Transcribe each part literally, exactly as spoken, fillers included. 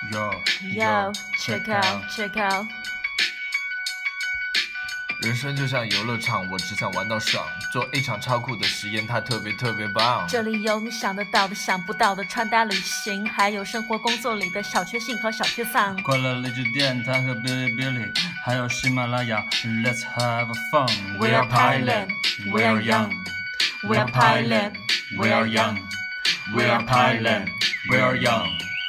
Yo Yo check out check out。 人生就像游乐场，我只想玩到爽，做一场超酷的实验，它特别特别棒。 这里有你想得到的、想不到的穿搭旅行，还有生活工作里的小确幸和小确丧。 快乐励志电台和哔哩哔哩，还有喜马拉雅 ，Let's have fun。 We are pilot, we are young. We are pilot, we are young. We are pilot, we are young.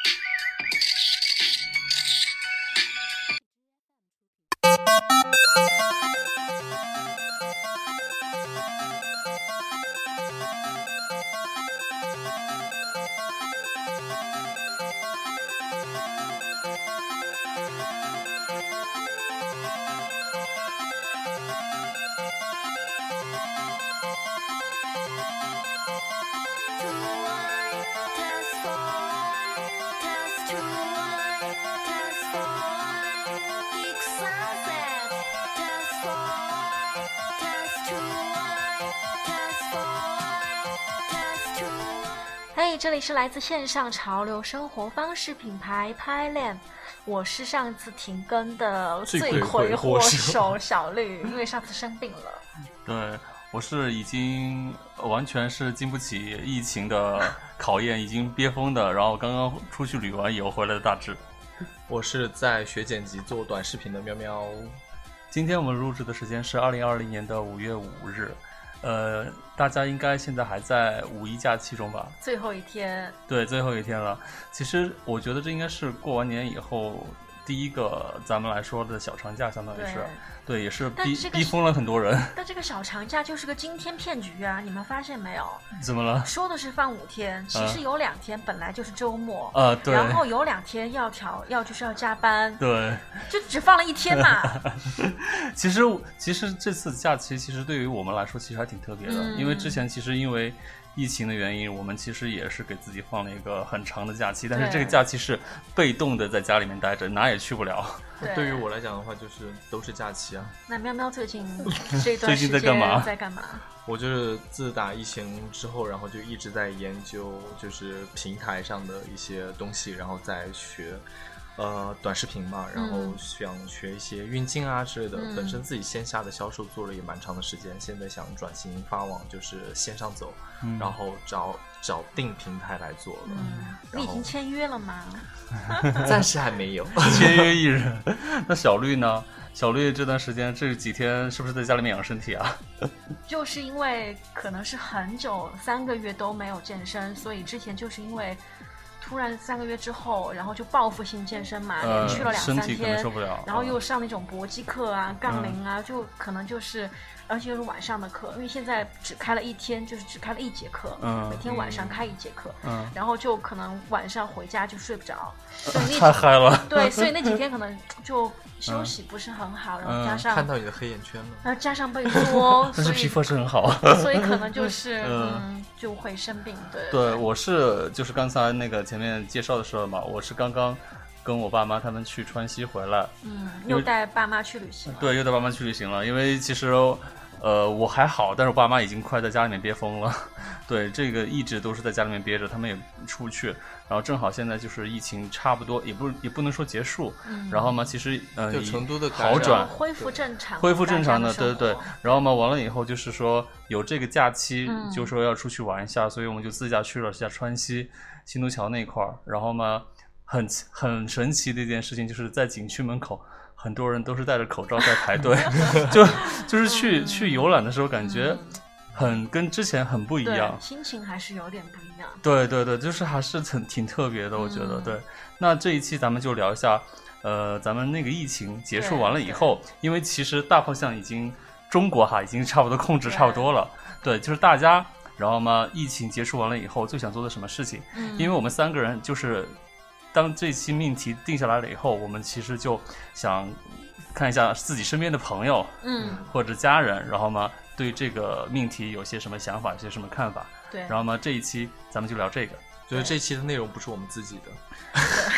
嘿，这里是来自线上潮流生活方式品牌 Pyland， 我是上次停更的罪魁祸首小绿，因为上次生病了。 对，我是已经完全是经不起疫情的考验，已经憋疯的，然后刚刚出去旅完以后回来的大致。 我是在学剪辑做短视频的喵喵。 今天我们录制的时间是二零二零年的五月五日。呃，大家应该现在还在五一假期中吧？ 最后一天。对， 最后一天了。其实我觉得这应该是过完年以后第一个咱们来说的小长假，相当于是，对，也是逼、这个、逼疯了很多人。 但这个小长假就是个惊天骗局啊！你们发现没有？ 怎么了？ 说的是放五天，其实有两天本来就是周末， 呃，对， 然后有两天要调，要就是要加班， 对， 就只放了一天嘛。 其实，其实这次假期其实对于我们来说其实还挺特别的，嗯、因为之前其实因为疫情的原因，我们其实也是给自己放了一个很长的假期，但是这个假期是被动的在家里面待着，哪也去不了。 对, 对于我来讲的话，就是都是假期啊。 那喵喵最近这段时间在干嘛？ 在干嘛？ 我就是自打疫情之后，然后就一直在研究，就是平台上的一些东西，然后再学。呃，短视频嘛，然后想学一些运镜啊之类的、嗯。本身自己线下的销售做了也蛮长的时间，现在想转型发往就是线上走，嗯、然后找找定平台来做了。 嗯、你已经签约了吗？ 暂时还没有签约艺人。那小绿呢？小绿这段时间这几天是不是在家里面养身体啊？ 就是因为可能是很久三个月都没有健身，所以之前就是因为。突然三个月之后，然后就报复性健身嘛，连去了两三天， 受不了， 然后又上那种搏击课啊、杠铃啊，嗯、就可能就是，而且又是晚上的课，因为现在只开了一天，就是只开了一节课，嗯、每天晚上开一节课，嗯，然后就可能晚上回家就睡不着，所以那太嗨了， 对，所以那几天可能就休息不是很好，嗯、然后加上、 嗯、看到你的黑眼圈了， 然后加上被作， 但是皮肤是很好， 所以可能就是嗯。嗯就会生病，对对，我是就是刚才那个前面介绍的时候嘛，我是刚刚跟我爸妈他们去川西回来， 嗯，又带爸妈去旅行了， 对，又带爸妈去旅行了，因为其实呃我还好，但是我爸妈已经快在家里面憋疯了，对，这个一直都是在家里面憋着，他们也出不去，然后正好现在就是疫情差不多，也不也不能说结束，嗯、然后嘛，其实呃就成都的好转， 恢复正常， 恢复正常的，对对对。然后嘛，完了以后就是说有这个假期，嗯、就说要出去玩一下，所以我们就自驾去了下川西新都桥那块儿。然后嘛，很很神奇的一件事情就是在景区门口，很多人都是戴着口罩在排队，就就是去去游览的时候感觉。很跟之前很不一样， 心情还是有点不一样。 对对对，就是还是挺挺特别的，我觉得、嗯。对，那这一期咱们就聊一下，呃，咱们那个疫情结束完了以后，因为其实大方向已经中国哈已经差不多控制差不多了，对，对就是大家，然后嘛，疫情结束完了以后最想做的什么事情？嗯、因为我们三个人就是当这期命题定下来了以后，我们其实就想看一下自己身边的朋友，嗯，或者家人，然后嘛。对这个命题有些什么想法，有些什么看法？ 对， 然后呢，这一期咱们就聊这个。 就是这期的内容不是我们自己的， 其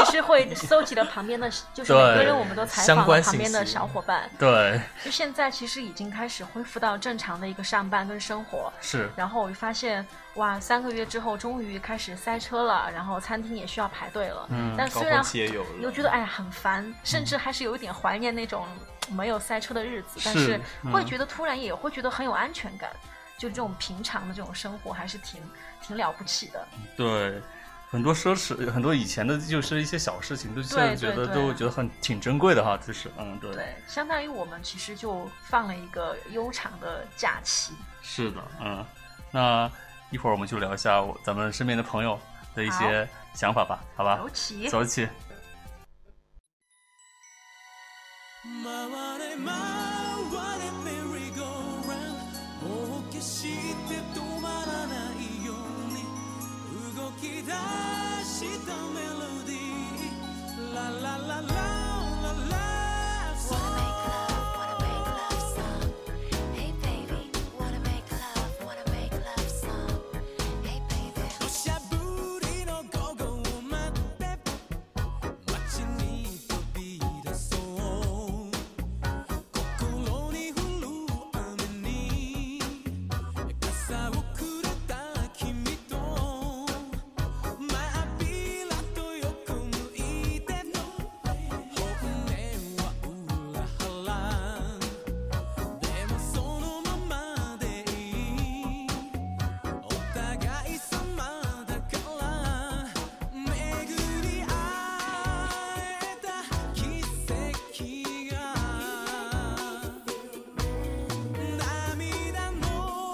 是会搜集了旁边的，就是每个人我们都采访了旁边的小伙伴。 对， 就现在其实已经开始恢复到正常的一个上班跟生活。 是。 然后我就发现，哇，三个月之后终于开始塞车了，然后餐厅也需要排队了。 嗯。 但虽然也有了， 又觉得哎呀很烦，甚至还是有一点怀念那种没有塞车的日子，但是会觉得突然也会觉得很有安全感。就这种平常的这种生活还是挺挺了不起的。 对，很多奢侈，很多以前的就是一些小事情，都现在觉得都觉得很挺珍贵的哈，就是嗯对。 对，相当于我们其实就放了一个悠长的假期。 是的，嗯，那一会儿我们就聊一下我咱们身边的朋友的一些想法吧，好吧？ 走起， 走起。 して止まらないように動き出したメロディーララララララ Wanna make love, wanna make love song Hey baby, wanna make love, wanna make love song Hey baby 土砂降りの午後を待って街に飛び出そう心に降る雨に朝をくれた君と真っ平と横向いて本音は裏腹でもそのままでいいお互い様だから巡り会えた奇跡が涙の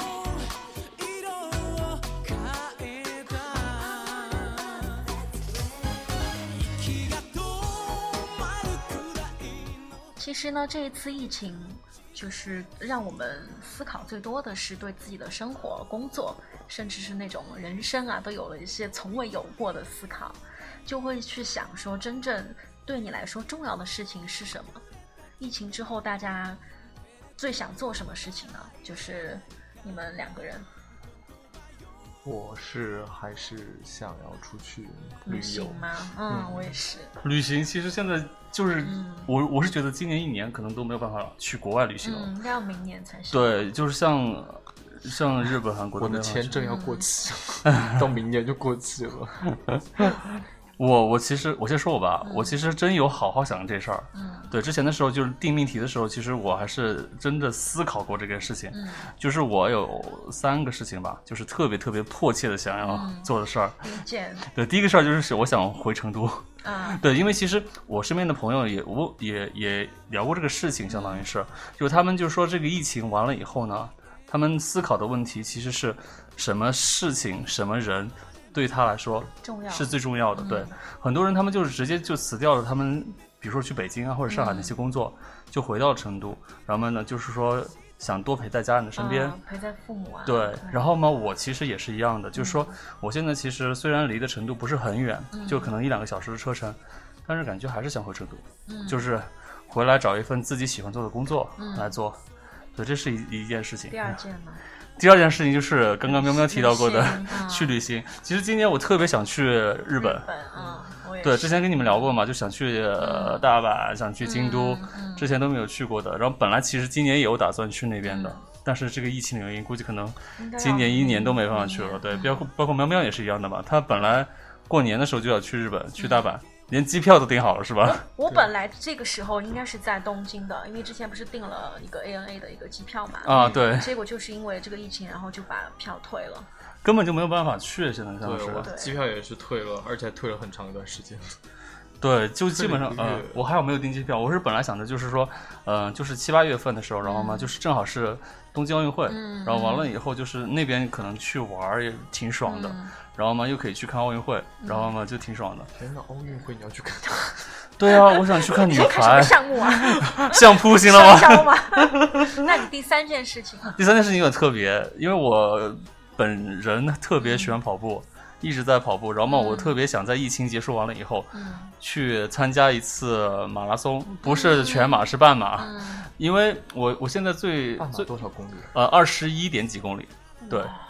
其实呢，这一次疫情就是让我们思考最多的是对自己的生活、工作，甚至是那种人生啊，都有了一些从未有过的思考，就会去想说，真正对你来说重要的事情是什么？疫情之后，大家最想做什么事情呢？就是你们两个人。 我是还是想要出去旅游吗？嗯，嗯我也是。 旅行其实现在就是、嗯、我我是觉得今年一年可能都没有办法去国外旅行了， 嗯，应该要明年才行。 对，就是像像日本、韩国我的签证要过期了，嗯、到明年就过期了。 我我其实我先说我吧、嗯，我其实真有好好想这事儿。 嗯， 对，之前的时候就是定命题的时候，其实我还是真的思考过这个事情。嗯，就是我有三个事情吧，就是特别特别迫切的想要做的事儿。 一件。 对，第一个事儿就是我想回成都。 啊。 对，因为其实我身边的朋友也我也也聊过这个事情，相当于是，就他们就说这个疫情完了以后呢，他们思考的问题其实是什么事情、什么人。对他来说是最重要的。对、嗯、很多人他们就是直接就辞掉了他们比如说去北京啊或者上海那些工作、嗯、就回到了成都，然后呢就是说想多陪在家人的身边、 嗯、陪在父母啊。 对，然后嘛我其实也是一样的、嗯、就是说我现在其实虽然离的成都不是很远、嗯、就可能一两个小时的车程，但是感觉还是想回成都、嗯、就是回来找一份自己喜欢做的工作来做、嗯、所以这是 一, 一件事情。 第二件呢， 第二件事情就是刚刚喵喵提到过的旅、嗯、去旅行。其实今年我特别想去日本， 日本嗯，我也是。 对，之前跟你们聊过嘛，就想去、呃、大阪，想去京都、 嗯嗯， 之前都没有去过的。然后本来其实今年也有打算去那边的，嗯、但是这个疫情的原因，估计可能今年一年都没办法去了。对，包括包括喵喵也是一样的嘛，他本来过年的时候就要去日本，去大阪。嗯，连机票都订好了是吧？ 我, 我本来这个时候应该是在东京的，因为之前不是订了一个 A N A 的一个机票嘛。 啊，对。 结果就是因为这个疫情，然后就把票退了， 根本就没有办法去。现在像是， 对，机票也是退了，而且退了很长一段时间。 对，就基本上，呃，我还有没有订机票？我是本来想着就是说，呃，就是七八月份的时候，然后嘛，嗯、就是正好是东京奥运会、嗯，然后完了以后，就是那边可能去玩也挺爽的。嗯，然后嘛，又可以去看奥运会，然后嘛，就挺爽的。 天哪，奥运会你要去看？ 对啊，我想去看女排。 项目啊？ 相扑行了吗？ 项目吗？那你第三件事情？ 第三件事情有点特别，因为我本人特别喜欢跑步，嗯、一直在跑步。然后嘛，我特别想在疫情结束完了以后，嗯、去参加一次马拉松，不是全马，嗯、是半马。嗯、因为我我现在最半马多少公里？ 呃，二十一点几公里，对。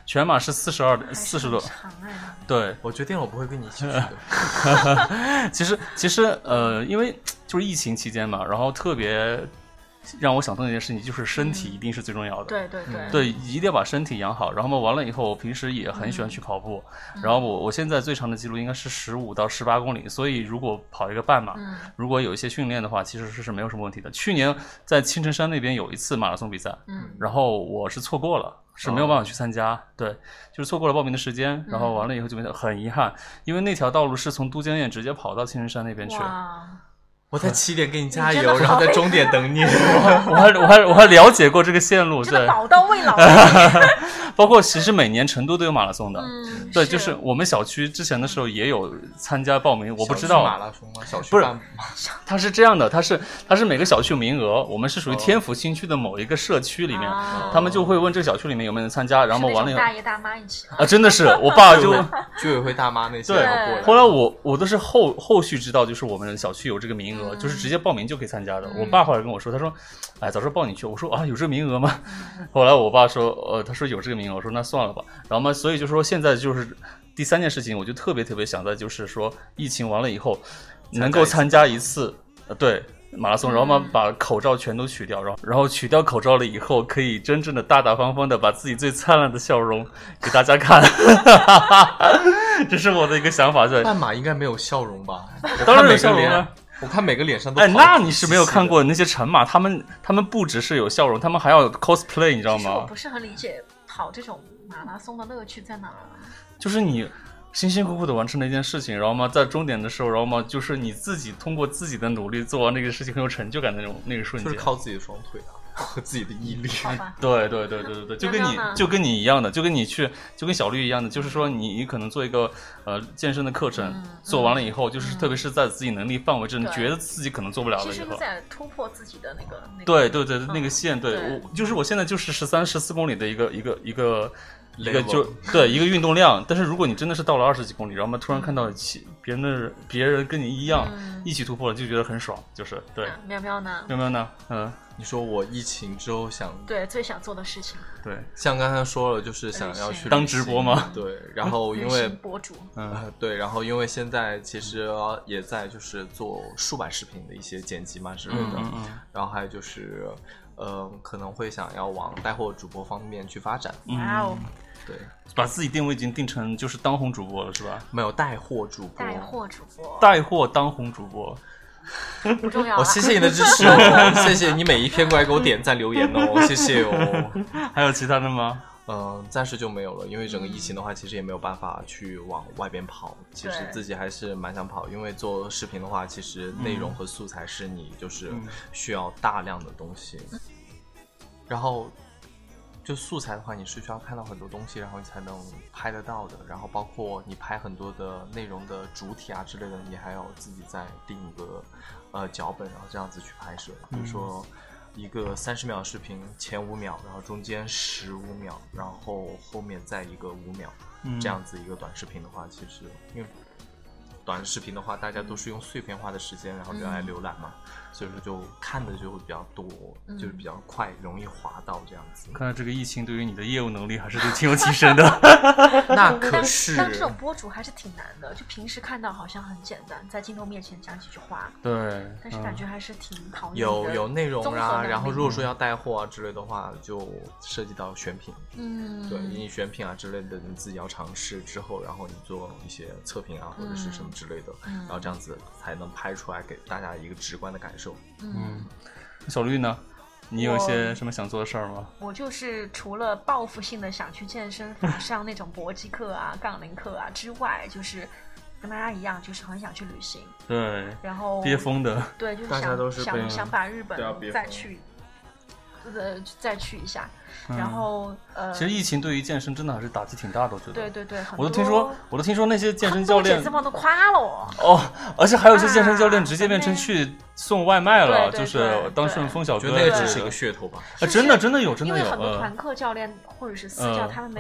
全马是四十二四十多，对， 我决定了，我不会跟你一起去的。 其实其实呃，因为就是疫情期间嘛，然后特别让我想通的一件事情就是身体一定是最重要的， 嗯、对对对， 对，一定要把身体养好。然后嘛，完了以后，我平时也很喜欢去跑步。嗯、然后我我现在最长的记录应该是十五到十八公里，所以如果跑一个半马，嗯、如果有一些训练的话，其实是是没有什么问题的。去年在青城山那边有一次马拉松比赛，嗯，然后我是错过了。是没有办法去参加，哦、对，就是错过了报名的时间，然后完了以后就很遗憾，嗯、因为那条道路是从都江堰直接跑到青城山那边去。 我在起点给你加油，然后在终点等你。 我还我还我还了解过这个线路，对， 老到未老。 包括其实每年成都都有马拉松的， 嗯、 对，就是我们小区之前的时候也有参加报名，我不知道马拉松吗？小区不是，它是这样的，它是它是每个小区有名额，我们是属于天府新区的某一个社区里面，哦、他们就会问这个小区里面有没有人参加，然后完了以后大爷大妈一起啊，真的是我爸就居委会大妈那些对， 过来后来我我都是后后续知道，就是我们小区有这个名额，嗯、就是直接报名就可以参加的。嗯、我爸后来跟我说，他说，哎，早知道报你去。我说啊，有这个名额吗？嗯、后来我爸说，呃，他说有这个名额，我说那算了吧。然后嘛，所以就说现在就是第三件事情，我就特别特别想在就是说疫情完了以后，能够参加一次，呃，对。马拉松，然后嘛，把口罩全都取掉，然后然后取掉口罩了以后，可以真正的大大方方的把自己最灿烂的笑容给大家看，这是我的一个想法。对， 半马应该没有笑容吧？ 当然有笑容了。 我看每个脸上都哎，那你是没有看过那些成马，他们他们不只是有笑容，他们还要 cosplay， 你知道吗？其实我不是很理解跑这种马拉松的乐趣在哪儿。 就是你。辛辛苦苦的完成了一件事情，然后嘛，在终点的时候，然后嘛，就是你自己通过自己的努力做完那个事情，很有成就感的那种那个瞬间， 就是靠自己的双腿啊和自己的毅力。 对对对对对对，就跟你就跟你一样的，就跟你去就跟小绿一样的，就是说你你可能做一个呃健身的课程，嗯、做完了以后，就是、嗯、特别是在自己能力范围之内，觉得自己可能做不了了以后， 其实是在突破自己的那个。那个、 对对对，嗯、那个线，对, 对我就是我现在就是十三十四公里的一个一个一个。一个就对一个运动量，但是如果你真的是到了二十几公里，然后嘛突然看到别人的别人跟你一样、嗯、一起突破了，就觉得很爽，就是对。 啊、喵喵呢？ 喵喵呢？嗯， 你说我疫情之后想对最想做的事情， 对， 像刚才说了，就是想要去当直播吗？ 对，然后因为博主， 嗯、呃，对，然后因为现在其实也在就是做数码视频的一些剪辑嘛之类的，嗯嗯然后还有就是。呃，可能会想要往带货主播方面去发展。 哇哦， 对， 把自己定位已经定成就是当红主播了，是吧？ 没有带货主播， 带货主播， 带货当红主播， 不重要、啊。 我、哦、谢谢你的支持哦，谢谢你每一篇过来给我点赞留言哦，谢谢哦。 还有其他的吗？ 嗯，暂时就没有了，因为整个疫情的话，其实也没有办法去往外边跑。其实自己还是蛮想跑，因为做视频的话，其实内容和素材是你就是需要大量的东西。嗯、然后就素材的话，你是需要看到很多东西，然后你才能拍得到的。然后包括你拍很多的内容的主体啊之类的，你还要自己再定一个呃脚本，然后这样子去拍摄。比如说。嗯一个三十秒视频，前五秒，然后中间十五秒，然后后面再一个五秒，嗯、这样子一个短视频的话，其实因为短视频的话，大家都是用碎片化的时间，然后就来浏览嘛，嗯、所以说就看的就会比较多，嗯、就是比较快，容易滑到这样子。 看来这个疫情对于你的业务能力还是挺有提升的。 那可是， 但这种播主还是挺难的，就平时看到好像很简单，在镜头面前讲几句话， 对， 但是感觉还是挺考验的。 有有内容啊，然后如果说要带货啊之类的话，就涉及到选品，嗯，对，你选品啊之类的，你自己要尝试之后，然后你做一些测评啊或者是什么之类的，嗯、然后这样子才能拍出来给大家一个直观的感受。 嗯，小绿呢？你有一些什么想做的事儿吗？ 我就是除了报复性的想去健身房上那种搏击课啊、杠铃课啊之外，就是跟大家一样，就是很想去旅行。 对， 然后憋疯的， 对，就是想都是想想把日本再去，呃，再去一下。然后、嗯、呃， 其实疫情对于健身真的还是打击挺大的，我觉得。 对对对， 我都听说，我都听说那些健身教练， 这帮都夸了我。 哦，而且还有一些健身教练直接变成去送外卖了， 啊、 就是当顺丰小哥。 我觉得那个只是一个噱头吧。 啊，真的真的有，真的有。 因为很多团课教练或者是私教，嗯、他们没有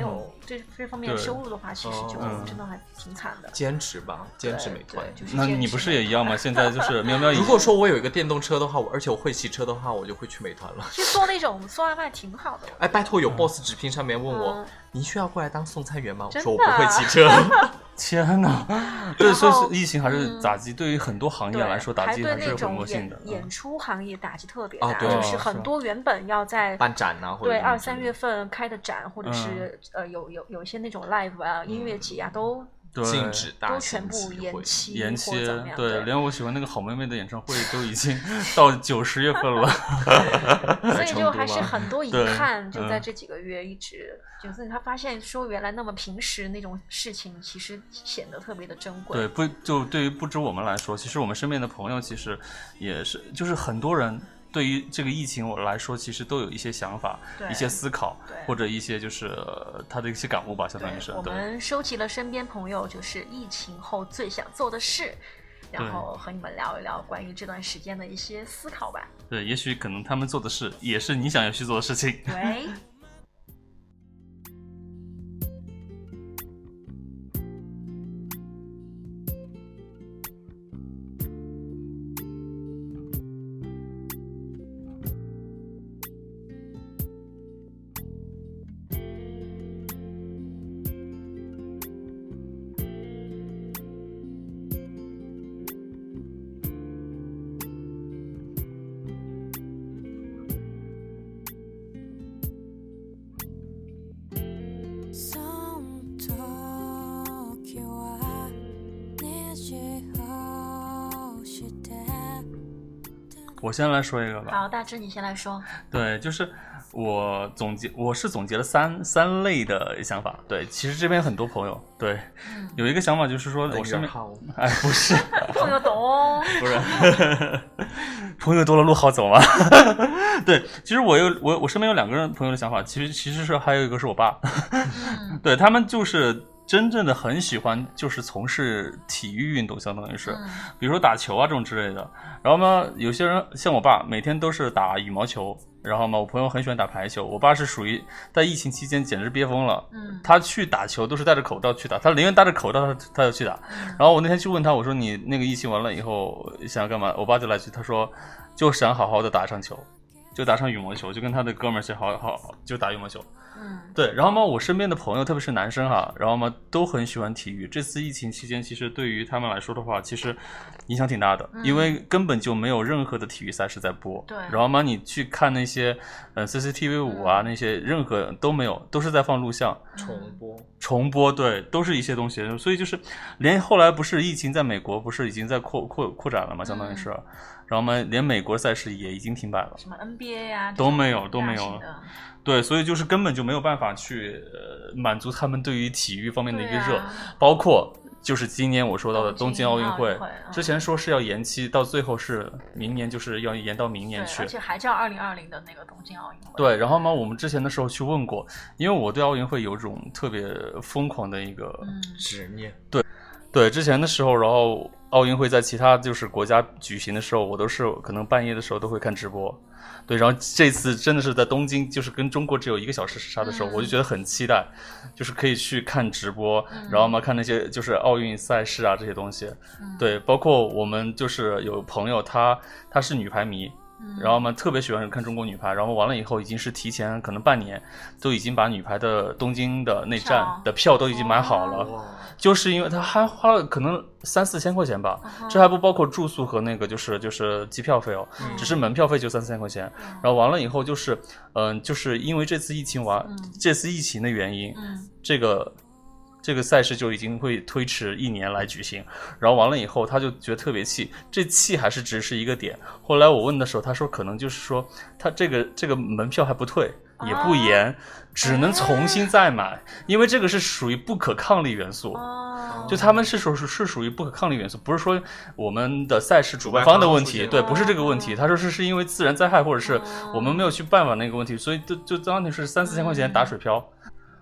这这方面收入的话，其实就真的还挺惨的。 兼职吧，兼职美团。 就是、 那你不是也一样吗？现在就是喵喵。 如果说我有一个电动车的话，而且我会骑车的话，我就会去美团了。 其实做那种送外卖挺好的。 哎，拜托，有 boss 直聘上面问我，嗯、您需要过来当送餐员吗？我说我不会骑车。 天哪！对，所以疫情还是打击，对于很多行业来说，打击还是很魔性的。 演出行业打击特别大， 啊、对就是很多原本要在办展啊，或者对二三月份开的展，或者是、嗯、呃有有有一些那种 live 啊、音乐节啊，都禁止， 都全部延期， 延期。 对， 对，连我喜欢那个好妹妹的演唱会都已经到九十月份了， 所以就还是很多遗憾，就在这几个月一直。嗯就是他发现说原来那么平时那种事情其实显得特别的珍贵。 对，不就对于不止我们来说，其实我们身边的朋友其实也是，就是很多人对于这个疫情我来说，其实都有一些想法、一些思考，或者一些就是、呃、他的一些感悟吧，相当于是。 我们收集了身边朋友就是疫情后最想做的事。然后和你们聊一聊关于这段时间的一些思考吧。 对，也许可能他们做的事也是你想要去做的事情。 对。 我先来说一个吧。 好，大致你先来说。 对，就是我总结，我是总结了三三类的想法。对，其实这边很多朋友，对，嗯、有一个想法就是说，我身边，哎，不是， 朋友懂， 不是，朋友多了路好走吗？对，其实我有我我身边有两个人朋友的想法，其实其实是还有一个是我爸，嗯、对他们就是真正的很喜欢，就是从事体育运动，相当于是，嗯、比如说打球啊这种之类的。然后呢，有些人像我爸，每天都是打羽毛球。然后嘛，我朋友很喜欢打排球。我爸是属于在疫情期间简直憋疯了，嗯，他去打球都是戴着口罩去打，他宁愿戴着口罩他他就去打。然后我那天去问他，我说你那个疫情完了以后想要干嘛？我爸就来句，他说就想好好的打上球，就打上羽毛球，就跟他的哥们儿去好好就打羽毛球。嗯，对。然后嘛，我身边的朋友，特别是男生哈，然后嘛都很喜欢体育。这次疫情期间，其实对于他们来说的话，其实影响挺大的，嗯、因为根本就没有任何的体育赛事在播。 对。 然后嘛，你去看那些呃 C C T V 五啊，嗯、那些任何都没有，都是在放录像重播。 重播，对，都是一些东西。所以就是连后来不是疫情在美国不是已经在扩扩扩展了嘛，相当于是。嗯、然后嘛，连美国赛事也已经停摆了。 什么 N B A 啊都没有，都没有。对，所以就是根本就没有办法去、呃、满足他们对于体育方面的一个热，啊、包括就是今年我说到的东京奥运会， 嗯、 之前说是要延期，到最后是明年，就是要延到明年去， 而且还叫二零二零的那个东京奥运会。 对，然后嘛，我们之前的时候去问过，因为我对奥运会有种特别疯狂的一个执念。 嗯、对，对，之前的时候，然后奥运会在其他就是国家举行的时候，我都是可能半夜的时候都会看直播。对，然后这次真的是在东京，就是跟中国只有一个小时时差的时候，嗯、我就觉得很期待，就是可以去看直播，嗯、然后嘛看那些就是奥运赛事啊这些东西。嗯、对，包括我们就是有朋友他他是女排迷。然后嘛，特别喜欢看中国女排，然后完了以后已经是提前可能半年，都已经把女排的东京的那站的票都已经买好了，哦、就是因为他还花了可能三四千块钱吧，哦、这还不包括住宿和那个就是就是机票费哦，嗯、只是门票费就三四千块钱，嗯、然后完了以后就是嗯、呃，就是因为这次疫情完，嗯、这次疫情的原因，嗯、这个。这个赛事就已经会推迟一年来举行，然后完了以后他就觉得特别气，这气还是只是一个点。后来我问的时候，他说可能就是说他这个这个门票还不退，也不延，啊、只能重新再买，因为这个是属于不可抗力元素。啊、就他们是属是属于不可抗力元素，不是说我们的赛事主办方的问题，对，不是这个问题。他说是是因为自然灾害或者是我们没有去办法那个问题，所以就就当时是三四千块钱打水漂。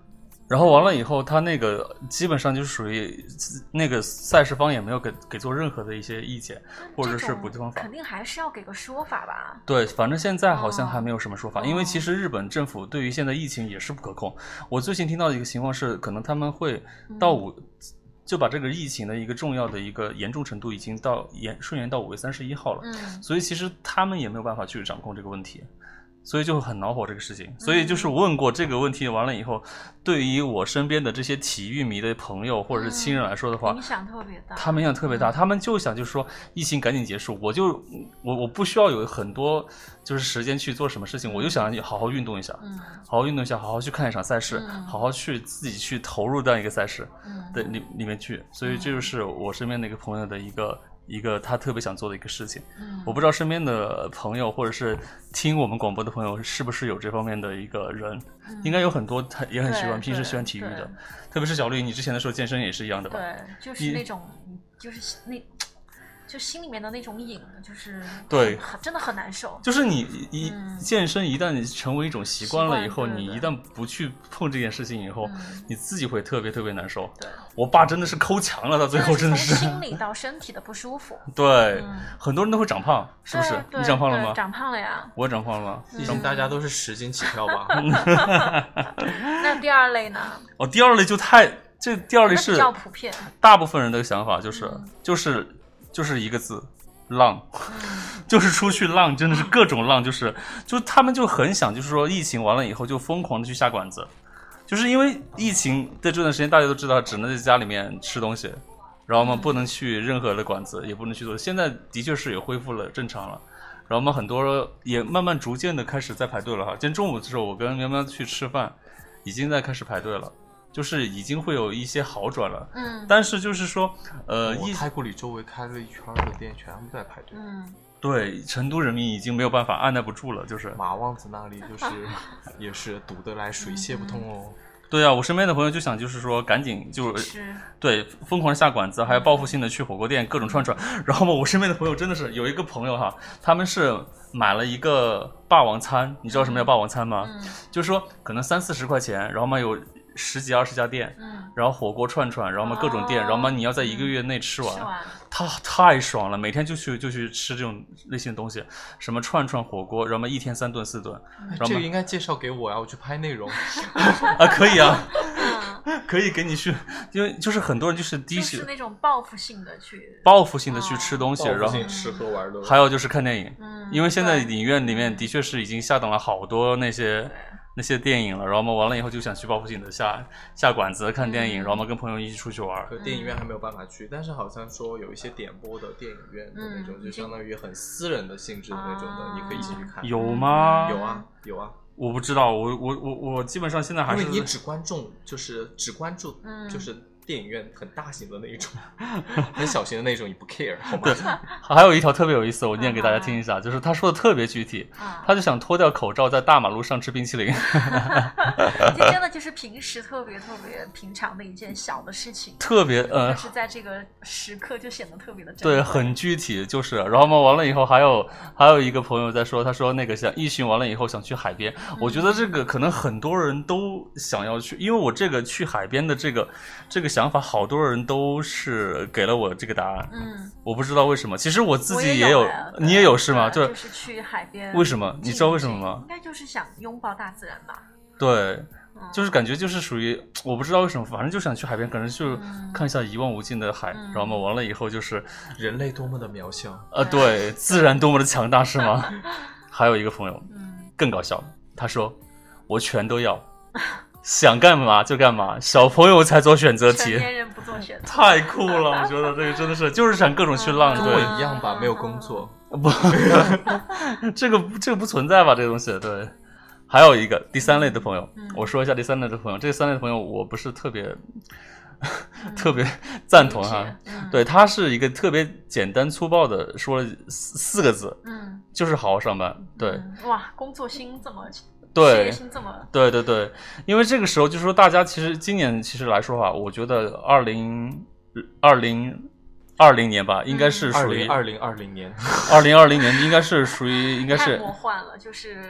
然后完了以后，他那个基本上就是属于那个赛事方也没有给给做任何的一些意见，或者是补救方法。 肯定还是要给个说法吧？ 对，反正现在好像还没有什么说法， 哦、 因为其实日本政府对于现在疫情也是不可控。我最近听到的一个情况是，可能他们会到五、嗯、就把这个疫情的一个重要的一个严重程度已经到延顺延到五月三十一号了、 嗯， 所以其实他们也没有办法去掌控这个问题。所以就很恼火这个事情，所以就是问过这个问题完了以后，对于我身边的这些体育迷的朋友或者是亲人来说的话， 影响特别大。 他们影响特别大，他们就想就是说疫情赶紧结束，我就我我不需要有很多就是时间去做什么事情，我就想好好运动一下， 嗯， 好好运动一下，好好去看一场赛事， 嗯、 好好去自己去投入到一个赛事的里、 嗯、 里面去，所以这就是我身边的一个朋友的一个。一个他特别想做的一个事情、嗯、我不知道身边的朋友或者是听我们广播的朋友是不是有这方面的一个人、嗯、应该有很多他也很喜欢平时喜欢体育的，特别是小绿你之前的时候健身也是一样的吧？ 对，就是那种就是那就心里面的那种瘾，就是对， 真的很难受。 就是你一、嗯、健身一旦成为一种习惯了以后， 对对对， 你一旦不去碰这件事情以后、嗯，你自己会特别特别难受。 对， 我爸真的是抠墙了，到最后真的是从心理到身体的不舒服。 对、 嗯， 很多人都会长胖，是不是？你长胖了吗？ 长胖了呀。 我长胖了， 毕竟大家都是十斤起跳吧。 那第二类呢？ 哦，第二类就太这第二类是比较普遍， 大部分人的想法就是、 嗯、 就是就是一个字。浪，就是出去浪，真的是各种浪，就是就他们就很想，就是说疫情完了以后就疯狂的去下馆子，就是因为疫情的这段时间大家都知道只能在家里面吃东西，然后我们不能去任何的馆子，也不能去做，现在的确是也恢复了正常了，然后我们很多也慢慢逐渐的开始在排队了哈。今天中午的时候我跟喵喵去吃饭，已经在开始排队了。就是已经会有一些好转了， 嗯， 但是就是说，呃， 我太古里周围开了一圈的店，全部在排队， 嗯， 对，成都人民已经没有办法按捺不住了，就是马旺子那里就是也是堵得来水泄不通哦。 嗯、 对啊，我身边的朋友就想就是说赶紧就对疯狂下馆子，还有报复性的去火锅店各种串串，然后嘛，我身边的朋友真的是有一个朋友哈，他们是买了一个霸王餐，你知道什么叫霸王餐吗？ 嗯， 就是说可能三四十块钱，然后嘛有十几二十家店， 嗯， 然后火锅串串，然后嘛各种店， 哦、 然后嘛你要在一个月内吃完， 吃完他太爽了，每天就去就去吃这种类型的东西，什么串串火锅，然后嘛一天三顿四顿， 嗯、 这个应该介绍给我呀，我去拍内容啊，可以啊，可以给你去，因为就是很多人就是第一就是那种报复性的去报复性的去吃东西， 哦、 然后吃喝玩乐， 还有就是看电影， 嗯， 因为现在影院里面的确是已经下档了好多那些。那些电影了，然后嘛完了以后就想去报复性的下下馆子看电影，嗯、然后嘛跟朋友一起出去玩。 可电影院还没有办法去，但是好像说有一些点播的电影院的那种， 嗯、 就相当于很私人的性质的那种的， 啊、 你可以一起去看。 有吗？ 有啊，有啊。 我不知道，我我我我基本上现在还是因为你只关注就是只关注就是。电影院很大型的那一种，很小型的那种，你不 care 好吗？ 对，还有一条特别有意思，我念给大家听一下，就是他说的特别具体，他就想脱掉口罩在大马路上吃冰淇淋。 这真的就是平时特别特别平常的一件小的事情， 特别呃， 但是在这个时刻就显得特别的珍贵。 对，很具体，就是，然后嘛，完了以后还有还有一个朋友在说，他说那个想疫情完了以后想去海边，嗯、我觉得这个可能很多人都想要去，因为我这个去海边的这个这个想。想法好多人都是给了我这个答案， 嗯， 我不知道为什么。其实我自己也有， 有你也有是吗？ 就就是去海边。 为什么？你知道为什么吗？ 应该就是想拥抱大自然吧。 对，嗯、就是感觉就是属于我不知道为什么，反正就想去海边，可能就看一下一望无尽的海，嗯、然后嘛完了以后就是人类多么的渺小， 呃，对，自然多么的强大，是吗？还有一个朋友，嗯、更搞笑，他说我全都要。想干嘛就干嘛，小朋友才做选择题， 成年人不做选择， 太酷了！我觉得这个真的是，就是想各种去浪， 跟我一样吧，没有工作， 不，这个这个不存在吧？这个东西，对。还有一个第三类的朋友，嗯、我说一下第三类的朋友，这三类的朋友我不是特别、嗯、特别赞同哈， 嗯、 对他是一个特别简单粗暴的说了四个字， 嗯， 就是好好上班，对， 嗯、哇，工作心这么。 对， 这么对对对，因为这个时候就是说，大家其实今年其实来说哈，我觉得二零二零二零年吧，应该是属于二零二零年， 二零二零年应该是属于应该是太魔幻了，就是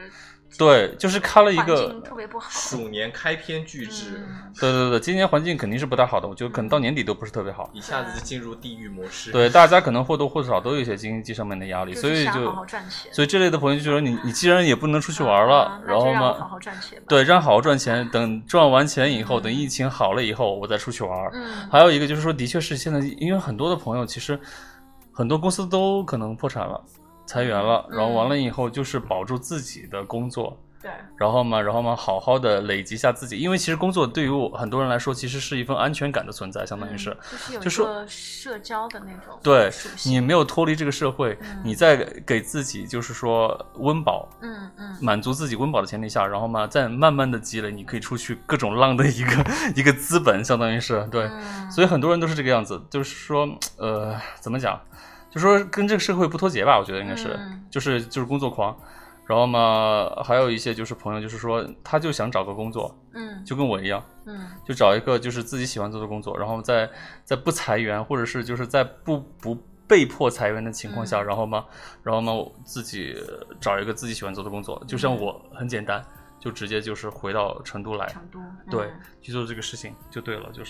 对，就是开了一环个境特别不好， 鼠年开篇巨制， 嗯对对对，今年环境肯定是不大好的，我觉得可能到年底都不是特别好。 一下子就进入地狱模式。 对，大家可能或多或少都有一些经济上面的压力，所以就就是想好好赚钱。 所以这类的朋友就觉得你你既然也不能出去玩了， 啊、 然后那就让我好嘛， 好赚钱吧。 对，让好好赚钱，等赚完钱以后，等疫情好了以后，我再出去玩。 嗯， 还有一个就是说，的确是现在，因为很多的朋友其实很多公司都可能破产了、裁员了，然后完了以后就是保住自己的工作。 对， 然后嘛，然后嘛，好好的累积一下自己，因为其实工作对于我很多人来说，其实是一份安全感的存在，相当于是， 嗯、就是有一个社交的那种对属性， 你没有脱离这个社会， 嗯、 你在给自己就是说温饱， 嗯嗯， 满足自己温饱的前提下，然后嘛，再慢慢的积累，你可以出去各种浪的一个一个资本，相当于是对， 嗯、 所以很多人都是这个样子，就是说，呃，怎么讲，就说跟这个社会不脱节吧，我觉得应该是， 嗯、 就是就是工作狂。然后嘛，还有一些就是朋友，就是说他就想找个工作， 嗯， 就跟我一样， 嗯， 就找一个就是自己喜欢做的工作，然后在在不裁员或者是就是在不不被迫裁员的情况下， 嗯、 然后嘛，然后嘛自己找一个自己喜欢做的工作，就像我很简单，就直接就是回到成都来， 成都，嗯、 对，去做这个事情就对了，就是。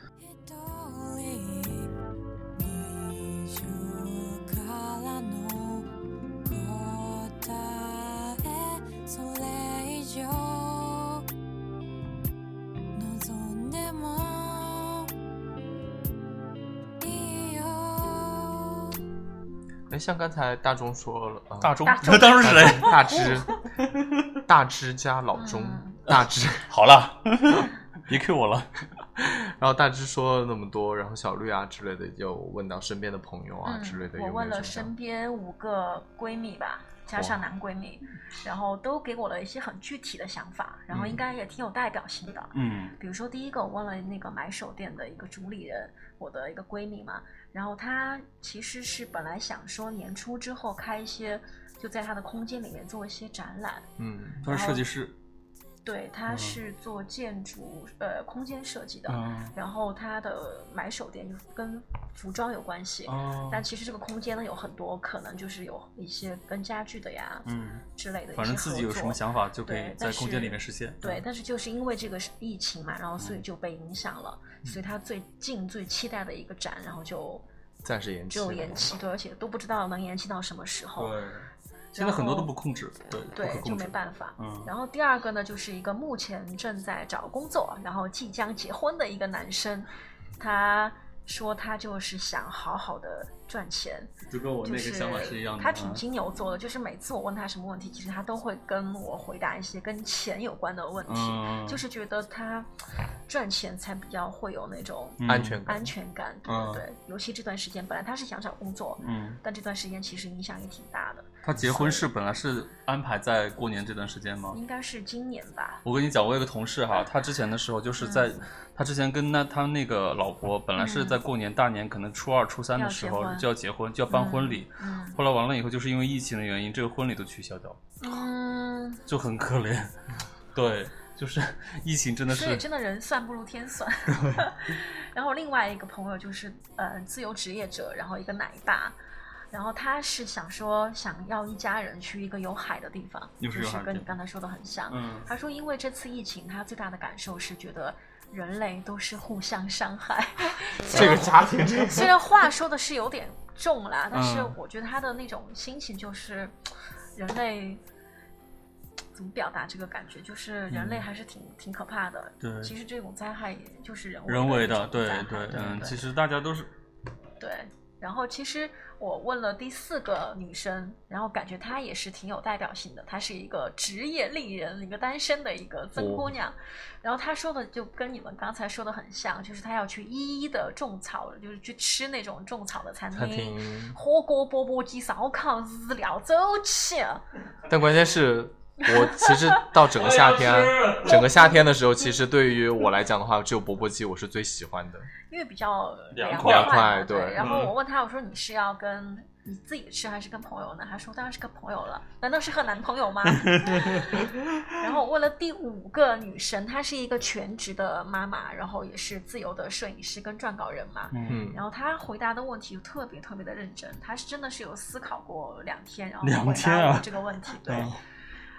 哎，像刚才大钟说了，呃、 大钟， 大钟当时是谁？ 大芝，大芝加老钟， 嗯、 大芝。 好了，别 Q 我了。 然后大芝说了那么多，然后小绿啊之类的，有问到身边的朋友啊、 嗯、 之类的。 我问了身边五个闺蜜吧，加上男闺蜜，然后都给我了一些很具体的想法，然后应该也挺有代表性的。 嗯， 比如说第一个，我问了那个买手店的一个主理人，我的一个闺蜜嘛。然后他其实是本来想说年初之后开一些，就在他的空间里面做一些展览。 嗯， 他是设计师。 对，他是做建筑、嗯、呃空间设计的， 嗯、 然后他的买手店就跟服装有关系， 哦、 但其实这个空间呢有很多可能就是有一些跟家具的呀， 嗯之类的， 反正自己有什么想法就可以在空间里面实现。 对，但是就是因为这个疫情嘛，然后所以就被影响了，嗯、所以他最近最期待的一个展，然后就暂时延期， 只有延期，对，而且都不知道能延期到什么时候。 对。现在很多都不控制，对对，就没办法。 嗯， 然后第二个呢，就是一个目前正在找工作，然后即将结婚的一个男生，他说他就是想好好的赚钱， 就跟我那个想法是一样的。 就是、他挺金牛座的，就是每次我问他什么问题，其实他都会跟我回答一些跟钱有关的问题， 嗯、 就是觉得他赚钱才比较会有那种安全感，安全感，对对对。嗯、尤其这段时间，本来他是想找工作， 嗯， 但这段时间其实影响也挺大的。 他结婚是本来是安排在过年这段时间吗？ 应该是今年吧。 我跟你讲，我有个同事哈，他之前的时候就是在、嗯、他之前跟那他那个老婆本来是在过年大年，可能初二初三的时候就要结婚，就要办婚礼。 嗯嗯、 后来完了以后，就是因为疫情的原因，这个婚礼都取消掉， 嗯， 就很可怜。对，就是疫情真的是， 所以真的人算不如天算。然后另外一个朋友就是呃自由职业者，然后一个奶爸。然后他是想说，想要一家人去一个有海的地方，就是跟你刚才说的很像。 嗯， 他说，因为这次疫情，他最大的感受是觉得人类都是互相伤害。 这个家庭这虽然话说的是有点重啦，但是嗯我觉得他的那种心情就是，人类怎么表达这个感觉？就是人类还是挺、嗯、挺可怕的。 对， 其实这种灾害也就是人为人为的，对对， 嗯，其实大家都是对。然后其实我问了第四个女生，然后感觉她也是挺有代表性的，她是一个职业丽人，一个单身的一个曾姑娘。哦、然后她说的就跟你们刚才说的很像，就是她要去一一的种草，就是去吃那种种草的餐厅， 厅火锅、钵钵鸡、烧烤、日料走起。 但关键是。我其实到整个夏天，整个夏天的时候，其实对于我来讲的话，只有钵钵鸡我是最喜欢的， 因为比较凉快， 快对。 对然后我问他，我说你是要跟你自己吃还是跟朋友呢？他说当然是跟朋友了，难道是和男朋友吗？然后我问了第五个女生，她是一个全职的妈妈，然后也是自由的摄影师跟撰稿人嘛。 嗯。 然后她回答的问题特别特别的认真，她是真的是有思考过两天，然后回答我这个问题，对。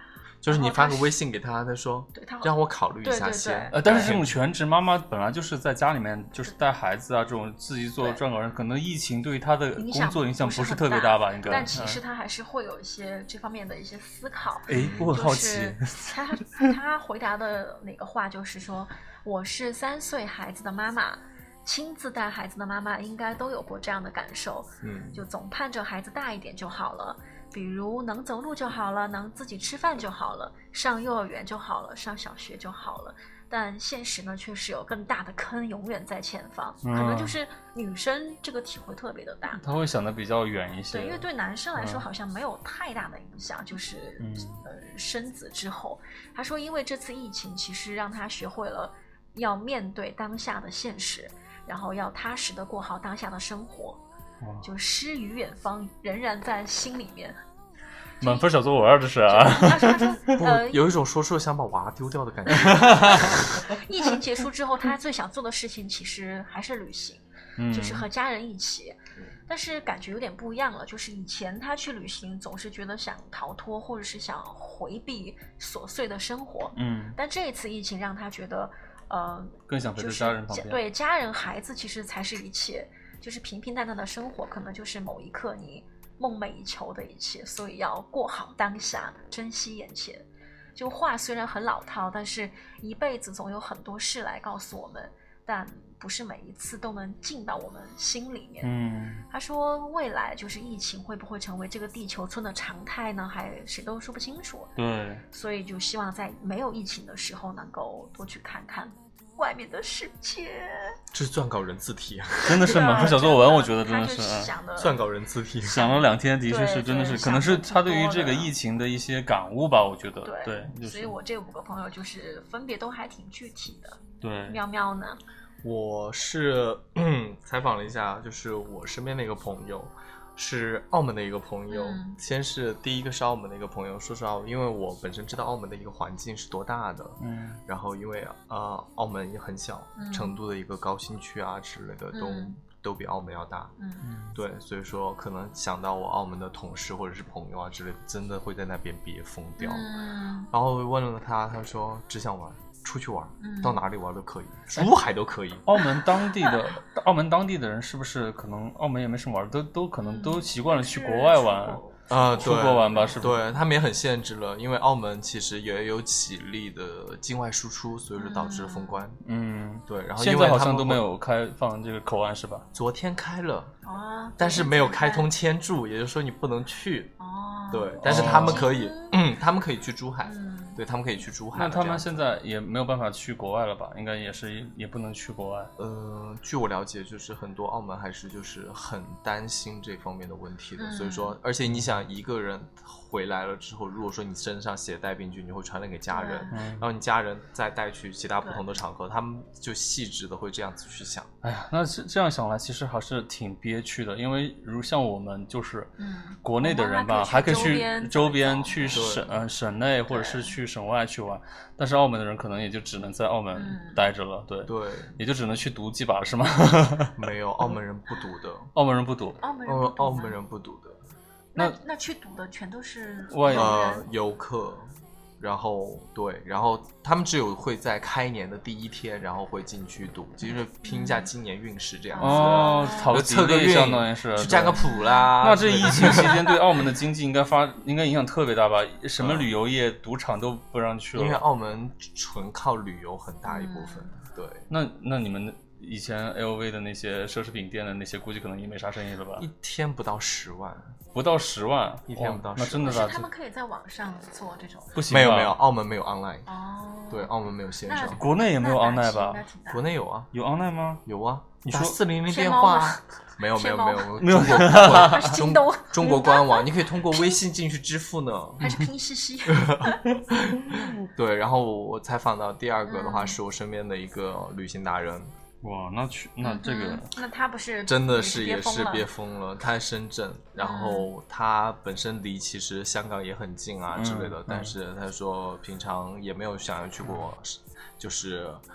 就是你发个微信给他，他说对他让我考虑一下对对对先。 呃，但是这种全职妈妈本来就是在家里面就是带孩子啊，这种自己做撰稿人，可能疫情对于她的工作影响不是特别大吧？应该。 但其实她还是会有一些这方面的一些思考。 哎，我很好奇， 他他回答的哪个话就是说，我是三岁孩子的妈妈。亲自带孩子的妈妈应该都有过这样的感受，嗯，就总盼着孩子大一点就好了，比如能走路就好了，能自己吃饭就好了，上幼儿园就好了，上小学就好了。但现实呢，确实有更大的坑永远在前方，嗯、可能就是女生这个体会特别的大， 她会想的比较远一些。 对，因为对男生来说好像没有太大的影响，嗯、就是、嗯、呃生子之后，他说因为这次疫情其实让他学会了要面对当下的现实。然后要踏实的过好当下的生活，就诗与远方仍然在心里面。 满分小作文这是啊！ 他说他说呃， 有一种说出了想把娃丢掉的感觉。 疫情结束之后，他最想做的事情其实还是旅行，嗯、就是和家人一起。但是感觉有点不一样了，就是以前他去旅行总是觉得想逃脱或者是想回避琐碎的生活，嗯，但这一次疫情让他觉得。呃， 更想陪在家人旁边。 就是、对家人、孩子其实才是一切，就是平平淡淡的生活，可能就是某一刻你梦寐以求的一切。所以要过好当下，珍惜眼前。就话虽然很老套，但是一辈子总有很多事来告诉我们，但不是每一次都能进到我们心里面。嗯，他说未来就是疫情会不会成为这个地球村的常态呢？还谁都说不清楚。 对， 所以就希望在没有疫情的时候能够多去看看外面的世界。 这是撰稿人字体， 真的是满分小作文，我觉得真的是撰稿人字体， 想了两天，的确是真的是，可能是他对于这个疫情的一些感悟吧，我觉得。 对， 对就是、 所以我这五个朋友就是分别都还挺具体的。 对， 喵喵呢？ 我是采访了一下，就是我身边的一个朋友。是澳门的一个朋友、嗯、先是第一个是澳门的一个朋友，说实话因为我本身知道澳门的一个环境是多大的，嗯，然后因为呃澳门也很小、嗯、成都的一个高新区啊之类的都、嗯、都比澳门要大，嗯，对，所以说可能想到我澳门的同事或者是朋友啊之类的真的会在那边憋疯掉、嗯、然后问了他，他说只想玩出去玩、嗯、到哪里玩都可以，珠海都可以。 澳门当地的澳门当地的人是不是可能澳门也没什么玩，都都可能都习惯了去国外玩啊、 呃， 出国玩吧，是不是？ 对，他们也很限制了，因为澳门其实也有起力的境外输出，所以说导致了封关。嗯，对，然后现在好像都没有开放这个口岸是吧？ 昨天开了啊，但是没有开通签注，也就是说你不能去。哦，对，但是他们可以，嗯，他们可以去珠海。嗯对，他们可以去珠海。 那他们现在也没有办法去国外了吧？应该也是也不能去国外。 呃，据我了解，就是很多澳门还是就是很担心这方面的问题的。嗯、所以说，而且你想一个人回来了之后，如果说你身上携带病菌，你会传染给家人，嗯、然后你家人再带去其他不同的场合，他们就细致的会这样子去想。 哎呀，那这样想来，其实还是挺憋屈的，因为如像我们就是国内的人吧，嗯、还可以去周边去省呃省内或者是去省外去玩，但是澳门的人可能也就只能在澳门待着了，对对， 也就只能去读几把是吗？ 没有，澳门人不读的， 澳门人不读， 澳门人不读， 澳门人不读的。 那那去读的全都是外呃游客。然后对，然后他们只有会在开年的第一天，然后会进去赌，就是拼一下今年运势这样子。 哦，讨个测个运， 相当于是去占个卜啦。 那这疫情期间对澳门的经济应该发，应该影响特别大吧？什么旅游业、赌场都不让去了。 因为澳门纯靠旅游很大一部分。嗯、对。 那那你们以前 L V 的那些奢侈品店的那些，估计可能也没啥生意了吧？ 一天不到十万。 不到十万， 一天不到十万， 那真的是他们可以在网上做这种， 不行， 没有没有，澳门没有 online， 哦， 对，澳门没有线上， 国内也没有 online 吧？ 国内有啊， 有 online 吗？ 有啊， 你说四零零电话，没有没有没有没有， 中国京东中国官网，你可以通过微信进去支付呢， 还是拼夕夕？ 对，然后我采访到第二个的话，是我身边的一个旅行达人。 哇，那去那这个、 嗯，那他不是真的是也是憋疯了。他在深圳，然后他本身离其实香港也很近啊之类的，嗯、但是他说平常也没有想要去过，就是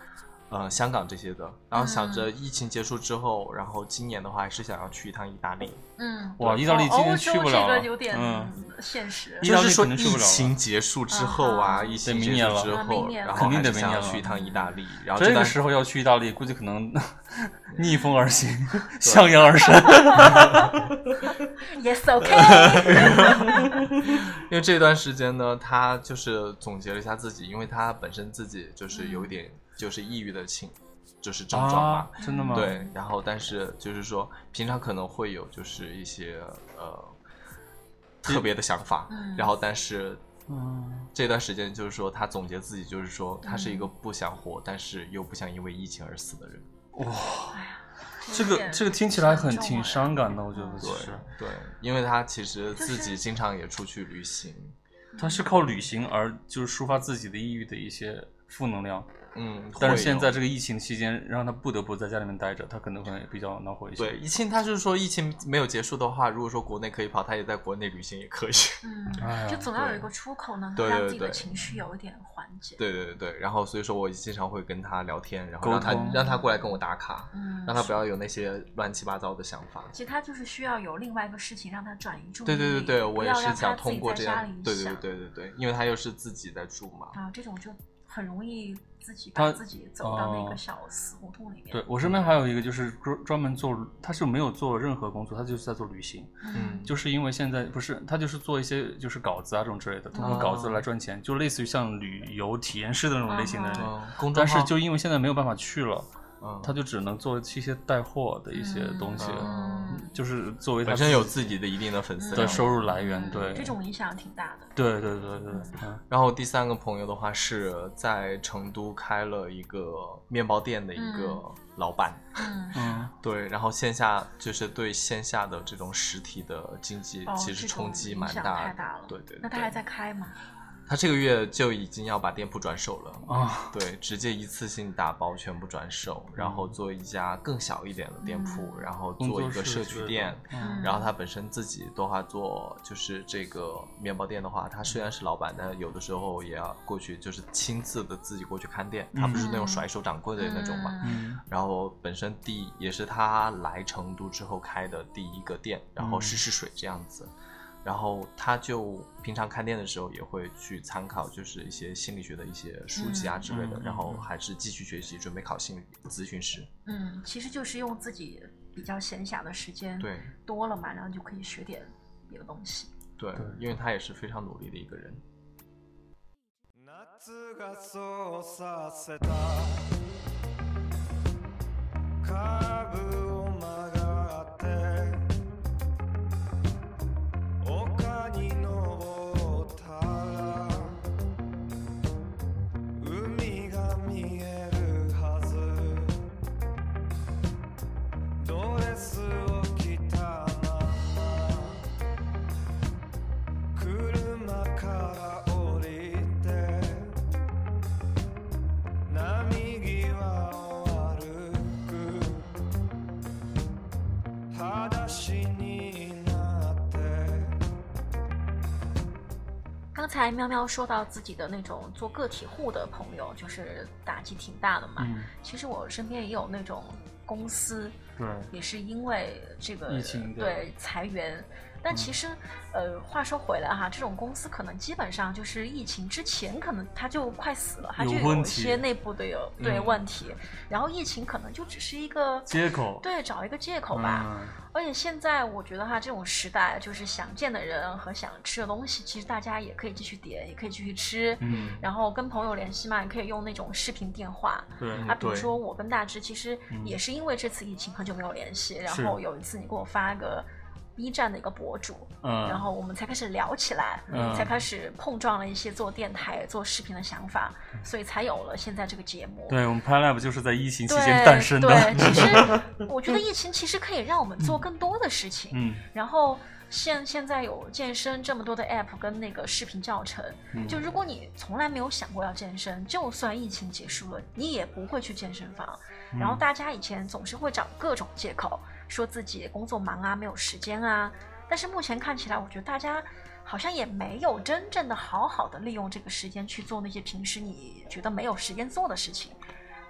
呃香港这些的，然后想着疫情结束之后，然后今年的话还是想要去一趟意大利。 嗯， 哇，意大利今年去不了了， 欧洲这个有点嗯现实。 就是说疫情结束之后啊，疫情结束之后，然后肯定得明年了去一趟意大利。然后这个时候要去意大利，估计可能逆风而行，向阳而生。 Yes, OK 。 因为这段时间呢，他就是总结了一下自己，因为他本身自己就是有一点就是抑郁的情。就是症状嘛、 啊，真的吗？ 对，然后但是就是说，平常可能会有就是一些呃特别的想法， 嗯、 然后但是嗯， 这段时间就是说，他总结自己就是说，他是一个不想活，嗯、但是又不想因为疫情而死的人。 哇，这个这个听起来很挺伤感的，我觉得其实对，因为他其实自己经常也出去旅行， 就是、他是靠旅行而就是抒发自己的抑郁的一些负能量。 嗯， 但是现在这个疫情期间，让他不得不在家里面待着，他可能可能也比较恼火一些。 对，疫情他就是说，疫情没有结束的话，如果说国内可以跑，他也在国内旅行也可以。 嗯，就总要有一个出口，能够让自己的情绪有一点缓解。 对对对对，然后所以说我经常会跟他聊天，然后让他让他过来跟我打卡，嗯，让他不要有那些乱七八糟的想法。 其实他就是需要有另外一个事情让他转移注意力。 对对对对，我也是想通过这样，对对对对对对，因为他又是自己在住嘛。 啊，这种就很容易。自己把自己走到那个小死胡同里面。 对，我身边还有一个就是专专门做，他是没有做任何工作，他就是在做旅行。 嗯， 就是因为现在不是他就是做一些就是稿子啊这种之类的，通过稿子来赚钱，哦、就类似于像旅游体验师的那种类型的人。 哦、 但是就因为现在没有办法去了。嗯、他就只能做一些带货的一些东西， 嗯、 就是作为他本身有自己的一定的粉丝的收入来源，对， 这种影响挺大的。 对对对对。 嗯、然后第三个朋友的话是在成都开了一个面包店的一个老板， 嗯嗯， 对，然后线下就是对线下的这种实体的经济其实冲击蛮大的， 太大了。 对 对, 对。 那他还在开吗？ 他这个月就已经要把店铺转手了啊、哦， 对，直接一次性打包全部转手，嗯、然后做一家更小一点的店铺，嗯、然后做一个社区店， 嗯、 然后他本身自己的话做就是这个面包店的话，他虽然是老板，但有的时候也要过去就是亲自的自己过去看店，嗯、他不是那种甩手掌柜的那种嘛， 嗯、 然后本身第也是他来成都之后开的第一个店，然后试试水这样子。然后他就平常看店的时候也会去参考，就是一些心理学的一些书籍啊之类的， 嗯、 然后还是继续学习，准备考心理咨询师。 嗯，其实就是用自己比较闲暇的时间对多了嘛，然后就可以学点别的东西。 对，因为他也是非常努力的一个人。 刚才喵喵说到自己的那种做个体户的朋友，就是打击挺大的嘛。 嗯、 其实我身边也有那种公司， 对， 也是因为这个疫情对裁员。但其实，嗯、呃，话说回来哈，这种公司可能基本上就是疫情之前，可能它就快死了，它就有一些内部的有对问题，嗯、然后疫情可能就只是一个借口， 对，找一个借口吧。 嗯、 而且现在我觉得哈，这种时代就是想见的人和想吃的东西，其实大家也可以继续点，也可以继续吃， 嗯， 然后跟朋友联系嘛，也可以用那种视频电话， 对啊，比如说我跟大志，其实也是因为这次疫情很久没有联系，嗯、然后有一次你给我发个。B 站的一个博主， 嗯， 然后我们才开始聊起来， 嗯， 才开始碰撞了一些做电台、做视频的想法，所以才有了现在这个节目。 对，我们 PiLab 就是在疫情期间诞生的。 对，对其实我觉得疫情其实可以让我们做更多的事情。 嗯， 然后现现在有健身这么多的 app 跟那个视频教程， 嗯、 就如果你从来没有想过要健身，就算疫情结束了，你也不会去健身房。 嗯、 然后大家以前总是会找各种借口。说自己工作忙啊，没有时间啊，但是目前看起来，我觉得大家好像也没有真正的好好的利用这个时间去做那些平时你觉得没有时间做的事情。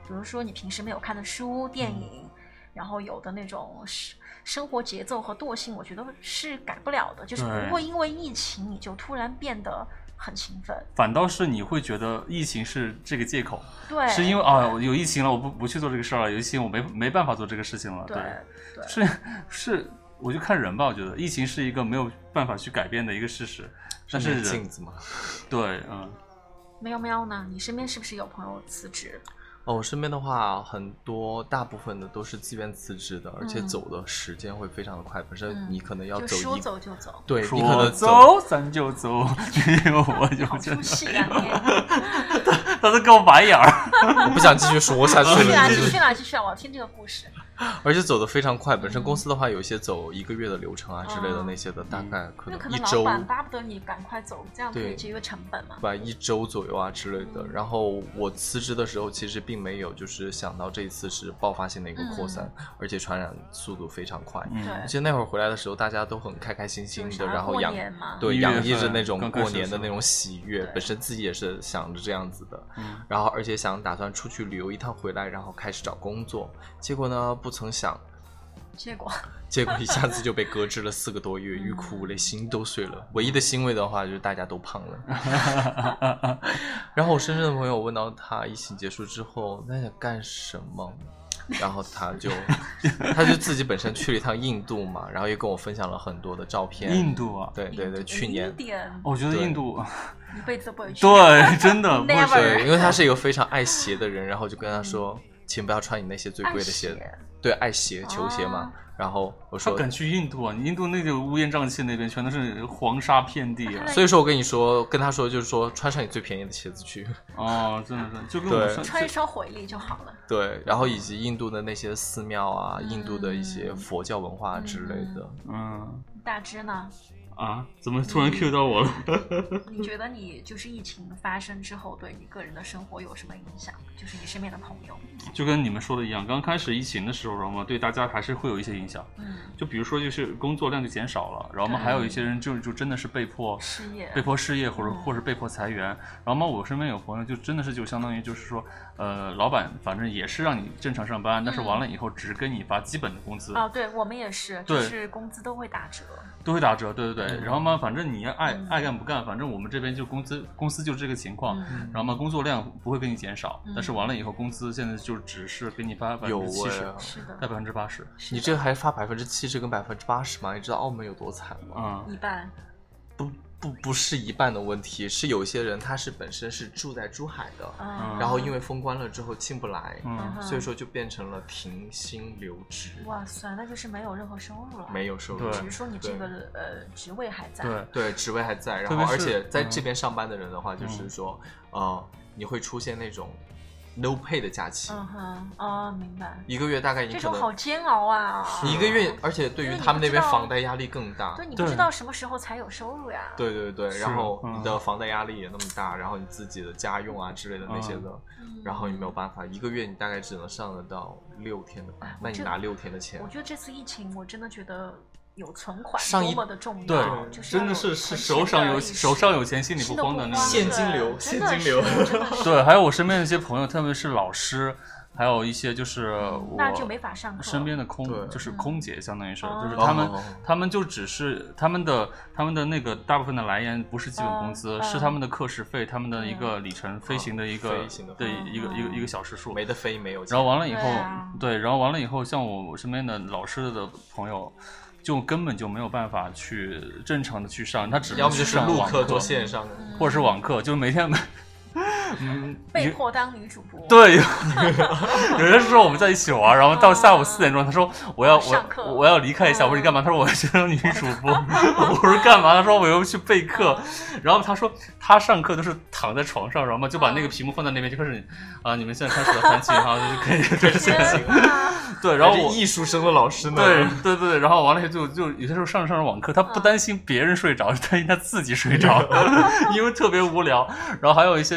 比如说你平时没有看的书、电影，嗯、然后有的那种生活节奏和惰性，我觉得是改不了的，就是不会因为疫情你就突然变得很勤奋， 反倒是你会觉得疫情是这个借口， 对， 是因为啊有疫情了，我不不去做这个事儿了，有疫情我没没办法做这个事情了， 对， 对，对是是，我就看人吧，我觉得疫情是一个没有办法去改变的一个事实，但是人镜子嘛， 对，嗯。 喵喵呢？你身边是不是有朋友辞职？ 哦，我身边的话，很多大部分的都是自愿辞职的，而且走的时间会非常的快。本身你可能要走一， 就说走就走， 对， 说你可能走咱就走，没有我就好出戏啊！你他在给我白眼儿， 我不想继续说下去了。 继续啊，继续啊，继续啊！我要听这个故事。 而且走得非常快，本身公司的话有一些走一个月的流程啊之类的那些的，大概可能一周。 老板巴不得你赶快走，这样可以节约成本嘛。 吧，一周左右啊之类的。然后我辞职的时候，其实并没有就是想到这一次是爆发性的一个扩散， 嗯、 而且传染速度非常快。 嗯、 而且那会儿回来的时候，大家都很开开心心的，然后洋对洋洋溢着那种过年的那种喜悦。本身自己也是想着这样子的， 嗯、 然后而且想打算出去旅游一趟回来，然后开始找工作。结果呢，不曾想。 结果， 结果一下子就被搁置了四个多月，欲哭无泪，心都碎了。唯一的欣慰的话就是大家都胖了。然后我深圳的朋友问到他疫情结束之后那想干什么，然后他就他就自己本身去了一趟印度嘛，然后也跟我分享了很多的照片。 印度啊， 对对对，去年我觉得印度一辈子都不会去。 对，真的不会对，因为他是一个非常爱鞋的人，然后就跟他说。请不要穿你那些最贵的鞋子，对，爱鞋球鞋嘛。啊、然后我说， 他敢去印度啊？印度那个乌烟瘴气那边全都是黄沙遍地啊。 所以说我跟你说，跟他说就是说，穿上你最便宜的鞋子去。 哦，真的是，就跟我穿一双回力就好了。 对，然后以及印度的那些寺庙啊，嗯、印度的一些佛教文化之类的。 嗯， 大致呢？ 啊，怎么突然 cue 到我了？ 你觉得你就是疫情发生之后对你个人的生活有什么影响？就是你身边的朋友， 就跟你们说的一样，刚开始疫情的时候，然后嘛，对大家还是会有一些影响。 嗯， 就比如说就是工作量就减少了，然后嘛还有一些人就就真的是被迫失业， 被迫失业或者、嗯、或者被迫裁员。然后嘛我身边有朋友就真的是就相当于就是说，呃，老板反正也是让你正常上班，嗯、但是完了以后只给你发基本的工资。 啊，对我们也是，就是工资都会打折。 都会打折，对对对。嗯、然后嘛，反正你爱、嗯、爱干不干，反正我们这边就工资公司就是这个情况。嗯、然后嘛，工作量不会给你减少，嗯、但是完了以后工资现在就只是给你发百分之七十， 是的， 在百分之八十。 你这个还发百分之七十跟百分之八十吗？你知道澳门有多惨吗？ 嗯，一半。 不。不不是一半的问题，是有些人他是本身是住在珠海的， 嗯、 然后因为封关了之后进不来， 嗯、 所以说就变成了停薪留职。 哇塞，那就是没有任何收入了。 没有收入， 只是说你这个呃职位还在。 对对，职位还在，然后而且在这边上班的人的话，就是说，嗯、呃，你会出现那种。no pay 的假期， 嗯哼，哦，明白。 一个月大概你可能这种好煎熬啊！ 一个月，而且对于他们那边房贷压力更大。 对，你不知道什么时候才有收入呀。 对对对，然后你的房贷压力也那么大，然后你自己的家用啊之类的那些的， 嗯、 然后你没有办法，一个月你大概只能上得到六天的班，那你拿六天的钱。 我觉得这次疫情，我真的觉得。有存款多么的重要， 对， 就是真的是是手上有手上有钱，心里不慌的那种现金流，现金流。 对，还有我身边的一些朋友，特别是老师，还有一些就是我那就没法上课。 身边的空就是空姐，相当于是， 嗯、 就是他们他们就只是他们的他们的那个大部分的来源不是基本工资， 嗯、 是他们的课时费，他们的一个里程飞行的一个对一个一个一个小时数， 没得飞没有钱。 然后完了以后， 对,、啊、 对，然后完了以后，像我身边的老师的朋友。就根本就没有办法去正常的去上，他只能去上网课， 做线上的， 或者是网课，就是每天嗯，被迫当女主播。 对，有些时候我们在一起玩，然后到下午四点钟，他说我要我我要离开一下，我说你干嘛？他说我要去当女主播。我说干嘛？他说我要去备课。然后他说他上课都是躺在床上，然后就把那个屏幕放在那边，就开始啊，你们现在开始弹琴哈，就可以这个现行。对，然后我艺术生的老师呢？ 对对对，然后完了以后就就有些时候上着上着网课，他不担心别人睡着，担心他自己睡着，因为特别无聊。然后还有一些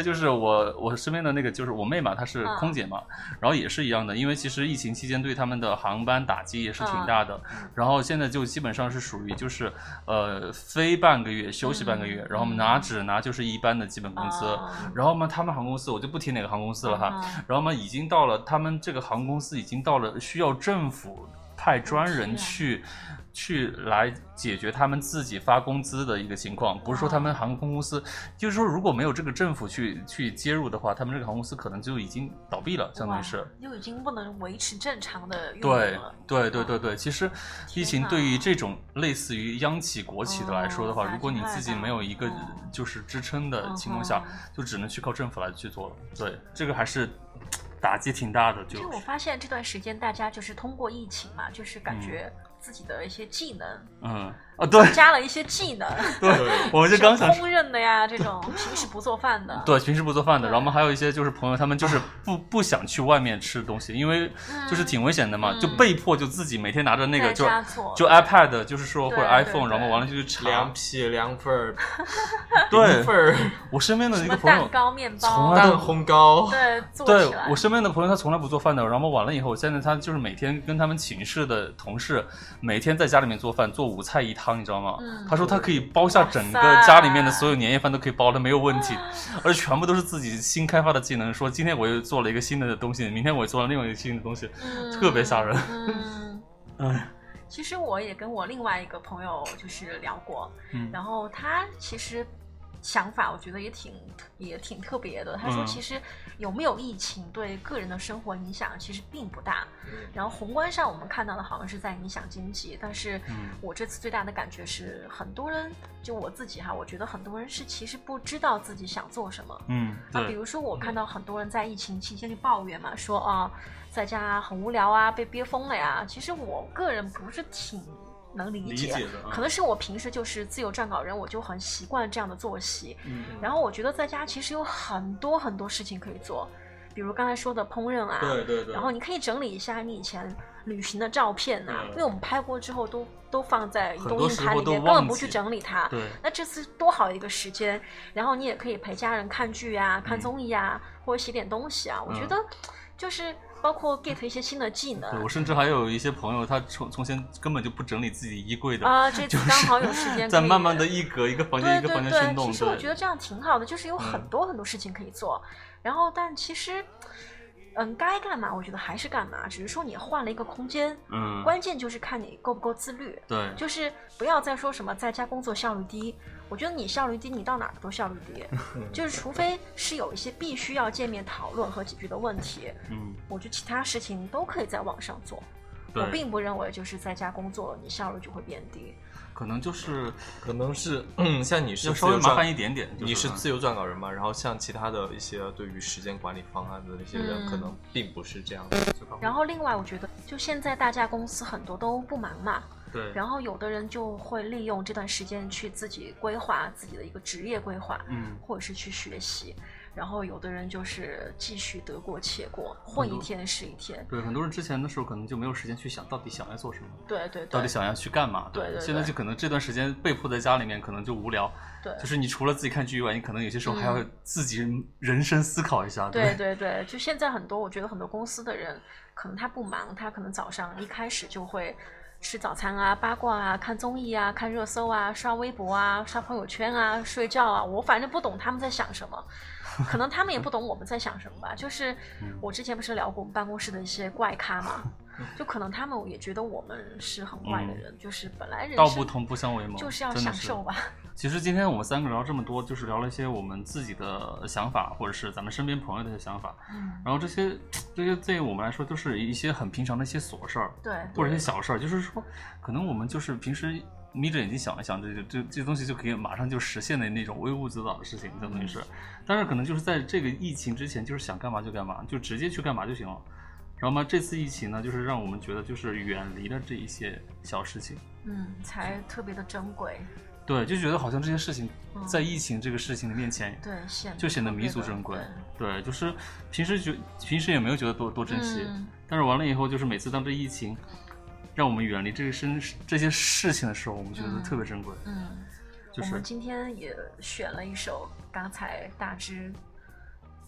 些就是我我身边的那个就是我妹嘛，她是空姐嘛，嗯、然后也是一样的，因为其实疫情期间对他们的航班打击也是挺大的，嗯、然后现在就基本上是属于就是呃飞半个月休息半个月，嗯、然后拿只拿就是一般的基本工资，嗯、然后嘛他们航空公司我就不提哪个航空公司了哈，嗯、然后嘛已经到了他们这个航空公司已经到了需要政府派专人去。去来解决他们自己发工资的一个情况，不是说他们航空公司，就是说如果没有这个政府去去介入的话，他们这个航空公司可能就已经倒闭了，相当于是就已经不能维持正常的运营了。 对对对对对，其实疫情对于这种类似于央企国企的来说的话，哦、如果你自己没有一个就是支撑的情况下，哦、就只能去靠政府来去做了。对，这个还是。打击挺大的，就就我发现这段时间大家就是通过疫情嘛，就是感觉自己的一些技能， 嗯啊对， 加了一些技能， 对，我们就刚想烹饪的呀，这种平时不做饭的， 对，平时不做饭的，然后我们还有一些就是朋友，他们就是不不想去外面吃东西，因为就是挺危险的嘛，嗯、就被迫就自己每天拿着那个就就 iPad， 就是说或者 iPhone， 然后完了就去查凉皮、凉粉、 对粉儿， 我身边的一个朋友， 蛋糕、面包、 蛋烘糕， 对，做对起来我身边的朋友他从来不做饭的，然后完了以后，现在他就是每天跟他们寝室的同事每天在家里面做饭，做五菜一汤，你知道吗？嗯、他说他可以包下整个家里面的所有年夜饭都可以包的没有问题，而且全部都是自己新开发的技能。说今天我又做了一个新的东西，明天我又做了另外一个新的东西，嗯、特别吓人。 嗯，哎。其实我也跟我另外一个朋友就是聊过，嗯、然后他其实想法我觉得也挺也挺特别的。他说其实有没有疫情对个人的生活影响其实并不大，嗯、然后宏观上我们看到的好像是在影响经济，但是我这次最大的感觉是很多人就我自己哈，我觉得很多人是其实不知道自己想做什么。嗯，啊，比如说我看到很多人在疫情期间就抱怨嘛，说啊在家很无聊啊，被憋疯了呀。其实我个人不是挺能理解， 理解的啊、 可能是我平时就是自由撰稿人，我就很习惯这样的作息。嗯，然后我觉得在家其实有很多很多事情可以做，比如刚才说的烹饪啊， 对对对， 然后你可以整理一下你以前旅行的照片啊，因为我们拍过之后都都放在移动硬盘里面，根本不去整理它。 对， 那这次多好一个时间，然后你也可以陪家人看剧啊、看综艺啊，嗯、或者写点东西啊。我觉得就是。包括 get 一些新的技能， 对我甚至还有一些朋友，他从从前根本就不整理自己衣柜的啊，这次刚好有时间， 在慢慢的一格一个房间一个房间去弄。 其实我觉得这样挺好的，就是有很多很多事情可以做，嗯、然后但其实。嗯，该干嘛我觉得还是干嘛，只是说你换了一个空间，嗯，关键就是看你够不够自律， 对， 就是不要再说什么在家工作效率低，我觉得你效率低，你到哪儿都效率低，就是除非是有一些必须要见面讨论和解决的问题，嗯，我觉得其他事情都可以在网上做，我并不认为就是在家工作你效率就会变低。 可能就是， 可能是，嗯，像你是要稍微麻烦一点点，就是、 你是自由撰稿人嘛，然后像其他的一些对于时间管理方案的那些人，嗯、可能并不是这样的。 然后另外，我觉得就现在大家公司很多都不忙嘛， 对。 然后有的人就会利用这段时间去自己规划自己的一个职业规划，嗯，或者是去学习。然后有的人就是继续得过且过，混一天是一天。 对，很多人之前的时候可能就没有时间去想到底想要做什么， 对 对, 对， 到底想要去干嘛。 对 对, 对， 现在就可能这段时间被迫在家里面，可能就无聊。 对， 就是你除了自己看剧以外，你可能有些时候还要自己人生思考一下。 嗯、对对对，就现在很多，我觉得很多公司的人，可能他不忙，他可能早上一开始就会吃早餐啊、八卦啊、看综艺啊、看热搜啊、刷微博啊、刷朋友圈啊、睡觉啊。我反正不懂他们在想什么。可能他们也不懂我们在想什么吧，就是我之前不是聊过我们办公室的一些怪咖嘛，就可能他们也觉得我们是很怪的人，嗯、就是本来人道不同不相为谋， 就是要享受吧。 其实今天我们三个聊这么多，就是聊了一些我们自己的想法，或者是咱们身边朋友的一些想法。嗯，然后这些这些对于我们来说都是一些很平常的一些琐事儿， 对， 或者一些小事儿，就是说可能我们就是平时。眯着眼睛想一想，这这这这东西就可以马上就实现的那种微不足道的事情，相当于是。但是可能就是在这个疫情之前，就是想干嘛就干嘛，就直接去干嘛就行了。然后嘛，这次疫情呢，就是让我们觉得就是远离了这一些小事情， 嗯，才特别的珍贵。 对，就觉得好像这些事情在疫情这个事情的面前， 对、嗯，显就显得弥足珍贵。对，对，就是平时觉平时也没有觉得多多珍惜， 嗯、 但是完了以后，就是每次当这疫情。让我们远离这个身这些事情的时候，我们觉得特别珍贵。 嗯， 就是我们今天也选了一首刚才大致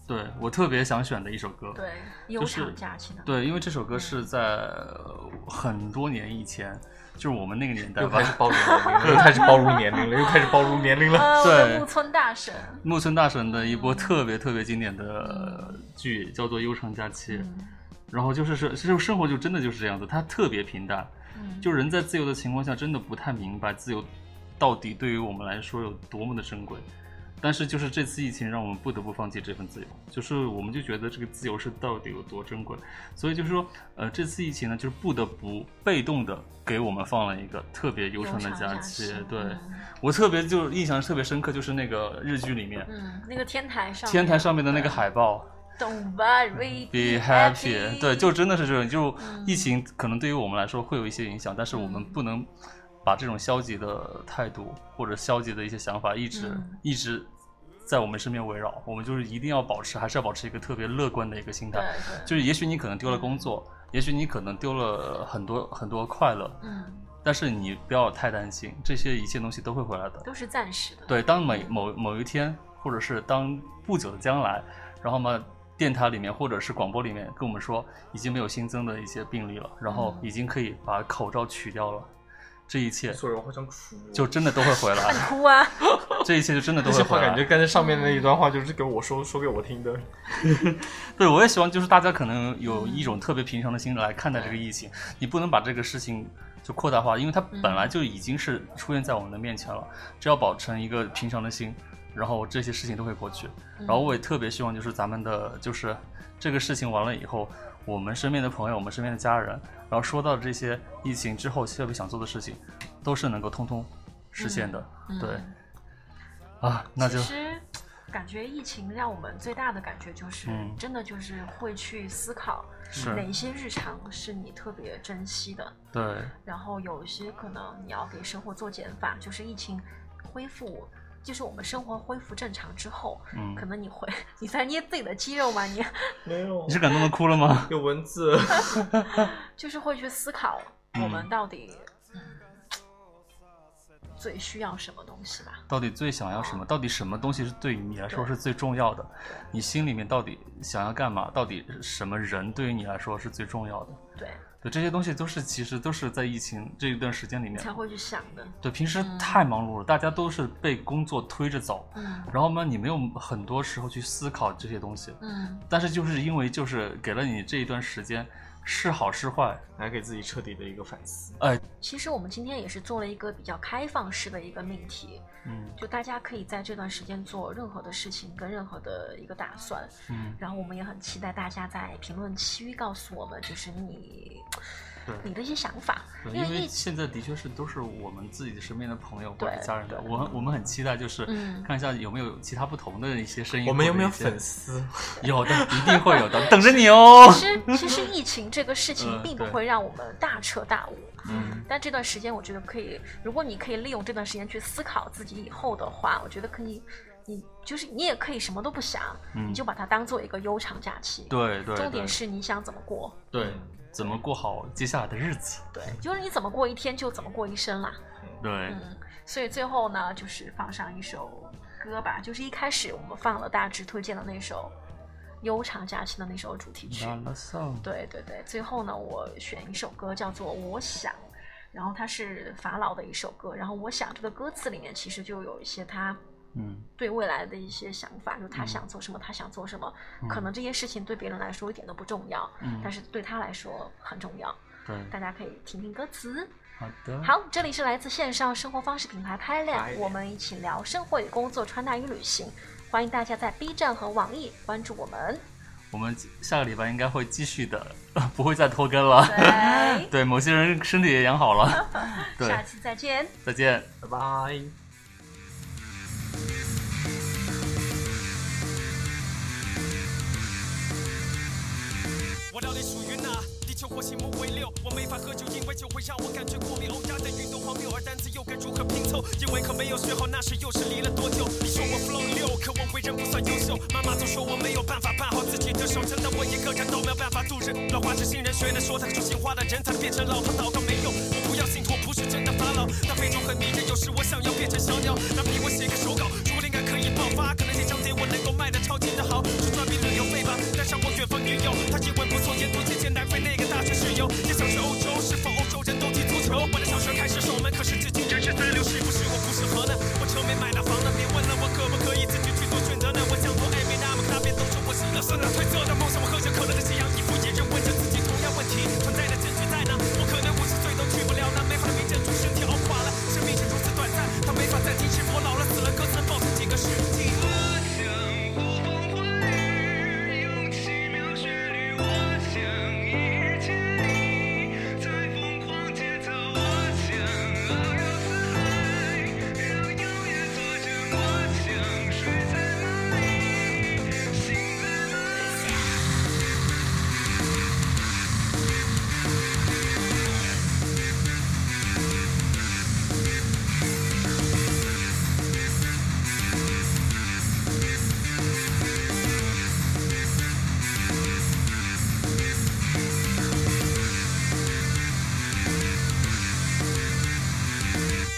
对，我特别想选的一首歌。 对，悠长假期的。 对，因为这首歌是在很多年以前，就是我们那个年代吧。 又开始暴露年龄了，又开始暴露年龄了，又开始暴露年龄了。 呃、 对， 木村大神。 木村大神的一波特别特别经典的剧叫做《悠长假期》， 嗯、 然后就是是，其实生活就真的就是这样子，它特别平淡。嗯、就人在自由的情况下，真的不太明白自由到底对于我们来说有多么的珍贵。但是就是这次疫情让我们不得不放弃这份自由，就是我们就觉得这个自由是到底有多珍贵，所以就是说呃，这次疫情呢就是不得不被动的给我们放了一个特别悠长的假期。对、嗯、我特别就印象特别深刻，就是那个日剧里面嗯，那个天台上天台上面的那个海报 Don't worry be happy， 对，就真的是这种，就疫情可能对于我们来说会有一些影响，但是我们不能把这种消极的态度或者消极的一些想法一直、嗯、一直在我们身边围绕，我们就是一定要保持，还是要保持一个特别乐观的一个心态。 对对， 就是也许你可能丢了工作，嗯、也许你可能丢了很多很多快乐， 嗯， 但是你不要太担心，这些一切东西都会回来的， 都是暂时的。 对，当每某某一天，或者是当不久的将来，然后嘛，电台里面或者是广播里面跟我们说，已经没有新增的一些病例了，然后已经可以把口罩取掉了。这一切就真的都会回来， 很哭啊！ 这一切就真的都会回来。 这些话感觉刚才上面的那一段话就是给我说说给我听的。 对，我也希望就是大家可能有一种特别平常的心来看待这个疫情，你不能把这个事情就扩大化，因为它本来就已经是出现在我们的面前了。只要保持一个平常的心，然后这些事情都会过去。然后我也特别希望就是咱们的就是这个事情完了以后，我们身边的朋友，我们身边的家人，然后说到这些疫情之后特别想做的事情，都是能够通通实现的。嗯、对、嗯，啊，那就其实感觉疫情让我们最大的感觉就是，嗯、真的就是会去思考哪一些日常是你特别珍惜的。 对。 然后有一些可能你要给生活做减法，就是疫情恢复。就是我们生活恢复正常之后，嗯，可能你会你在捏自己的肌肉吗？你没有？ 你是感动的哭了吗？ 有文字， 就是会去思考我们到底、嗯嗯、最需要什么东西吧？ 到底最想要什么？到底什么东西是对于你来说是最重要的？你心里面到底想要干嘛？到底什么人对于你来说是最重要的？ 对。 对，这些东西都是其实都是在疫情这一段时间里面才会去想的。 对，平时太忙碌了、嗯、大家都是被工作推着走，嗯，然后呢你没有很多时候去思考这些东西，嗯，但是就是因为就是给了你这一段时间，是好是坏， 来给自己彻底的一个反思。 哎， 其实我们今天也是做了一个比较开放式的一个命题，嗯，就大家可以在这段时间做任何的事情跟任何的一个打算，嗯，然后我们也很期待大家在评论区告诉我们，就是你你的一些想法。 因为, 因为现在的确是都是我们自己身边的朋友或者家人的，我们我们很期待就是看一下有没有其他不同的一些声音、 嗯、我们有没有粉丝？ 有的，一定会有的，等着你哦。 其实其实疫情这个事情并不会让我们大彻大悟，嗯，但这段时间我觉得可以，如果你可以利用这段时间去思考自己以后的话，我觉得可以。你就是你也可以什么都不想、嗯、你就把它当做一个悠长假期。 对 对, 对， 重点是你想怎么过。 对，怎么过好接下来的日子。 对，就是你怎么过一天就怎么过一生啦。 对， 嗯，所以最后呢就是放上一首歌吧，就是一开始我们放了大致推荐的那首悠长假期的那首主题曲。对对对，最后呢我选一首歌叫做我想，然后它是法老的一首歌，然后我想这个歌词里面其实就有一些他嗯，对未来的一些想法，就他想做什么、嗯、他想做什么、嗯、可能这些事情对别人来说一点都不重要、嗯、但是对他来说很重要。 对， 大家可以听听歌词。 好的， 好，这里是来自线上生活方式品牌拍亮，我们一起聊生活与工作、穿搭与旅行，欢迎大家在 B 站和网易关注我们。 我们下个礼拜应该会继续的，不会再拖更了。 对对，某些人身体也养好了。对， 下期再见， 再见， 拜拜。 我到底属于哪？地球或星木为六，我没法喝酒，因为酒会让我感觉过敏。欧亚的运动荒谬，而单词又该如何拼凑？英文课没有学好，那时又是离了多久？你说我 flow 六，可我为人不算优秀。妈妈总说我没有办法办好自己的手，真的我一个人都没有办法度日。老话是新人学的说，他说进化的人才变成老，他祷告没用。我不要信托，不是真的法老。但非洲很迷人，有时我想要变成小鸟。那逼我写个手稿，如果灵感可以爆发，可能这张碟我能够卖得超级的好。就算比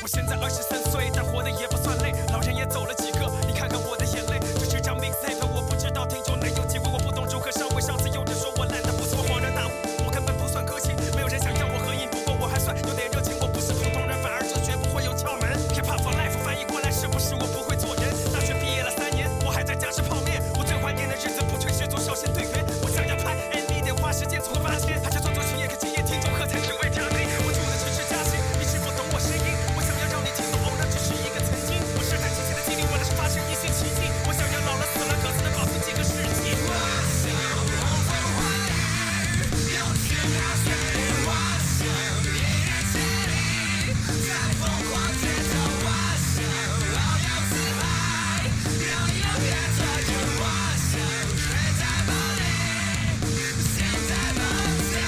我现在二十三岁，但活得也不算累，老人也走了几个，你看看我的眼泪。这是张 mixtape， 我不知道听众能有几位，我不懂如何上位。上次有人说我烂得不错，恍然大悟，我根本不算歌星，没有人想让我合影，不过我还算有点热情。我不是普通人，反而就学不会有窍门。Hip Hop for Life 翻译过来是不是我不会做人？大学毕业了三年，我还在家吃泡面。我最怀念的日子，不吹是做少先队员。我想要拍 M V， 得花时间从头发现，还是做做巡演，可今夜听众喝彩只为奖励。我住的城市嘉兴，你是否懂我声音？我想要让你听懂，哦，那只是一个曾经。我是太亲切的经历，为了是发生一些奇迹。我想要老了死了，可是能保存几个世纪。我想我会怀疑，有天那水，我想你的记忆，在疯狂街头，我想遨游四海，让你永远抓住我想睡在梦里，现在梦想。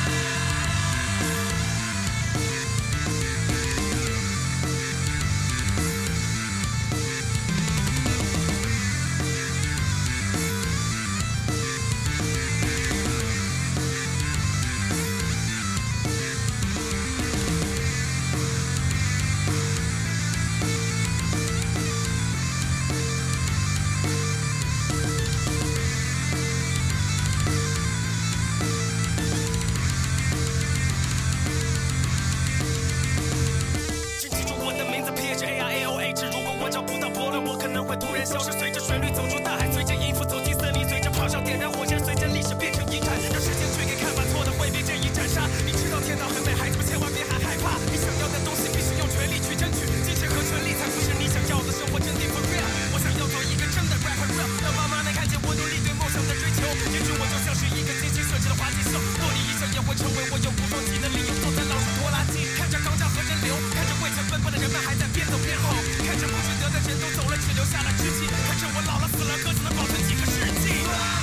请记住我的名字 P H A R A O H， 如果我找不到伯乐，我可能会突然消失，随着旋律走出大海，随着音符走进森林，随着咆哮点燃火焰，随着历史变成遗产，让时间去给看法错的挥别这一斩杀。你知道天道很美，孩子们千万别还害怕，你想要的东西必须用全力去争取，金钱和权力才不是你想要的生活，真的 for real。我想要做一个真的 rapper real， 让爸妈能看见我努力对梦想的追求，也许我就像是一个精心设计的滑稽秀，落地一生也会成为我有不放弃的理由。坐在老鼠拖拉机，看着钢架和人流，看着为钱奔波的人们还在边走边吼，看着不值得的人都走了，只留下了知己，看着我老了死了，歌词能保存几个世纪。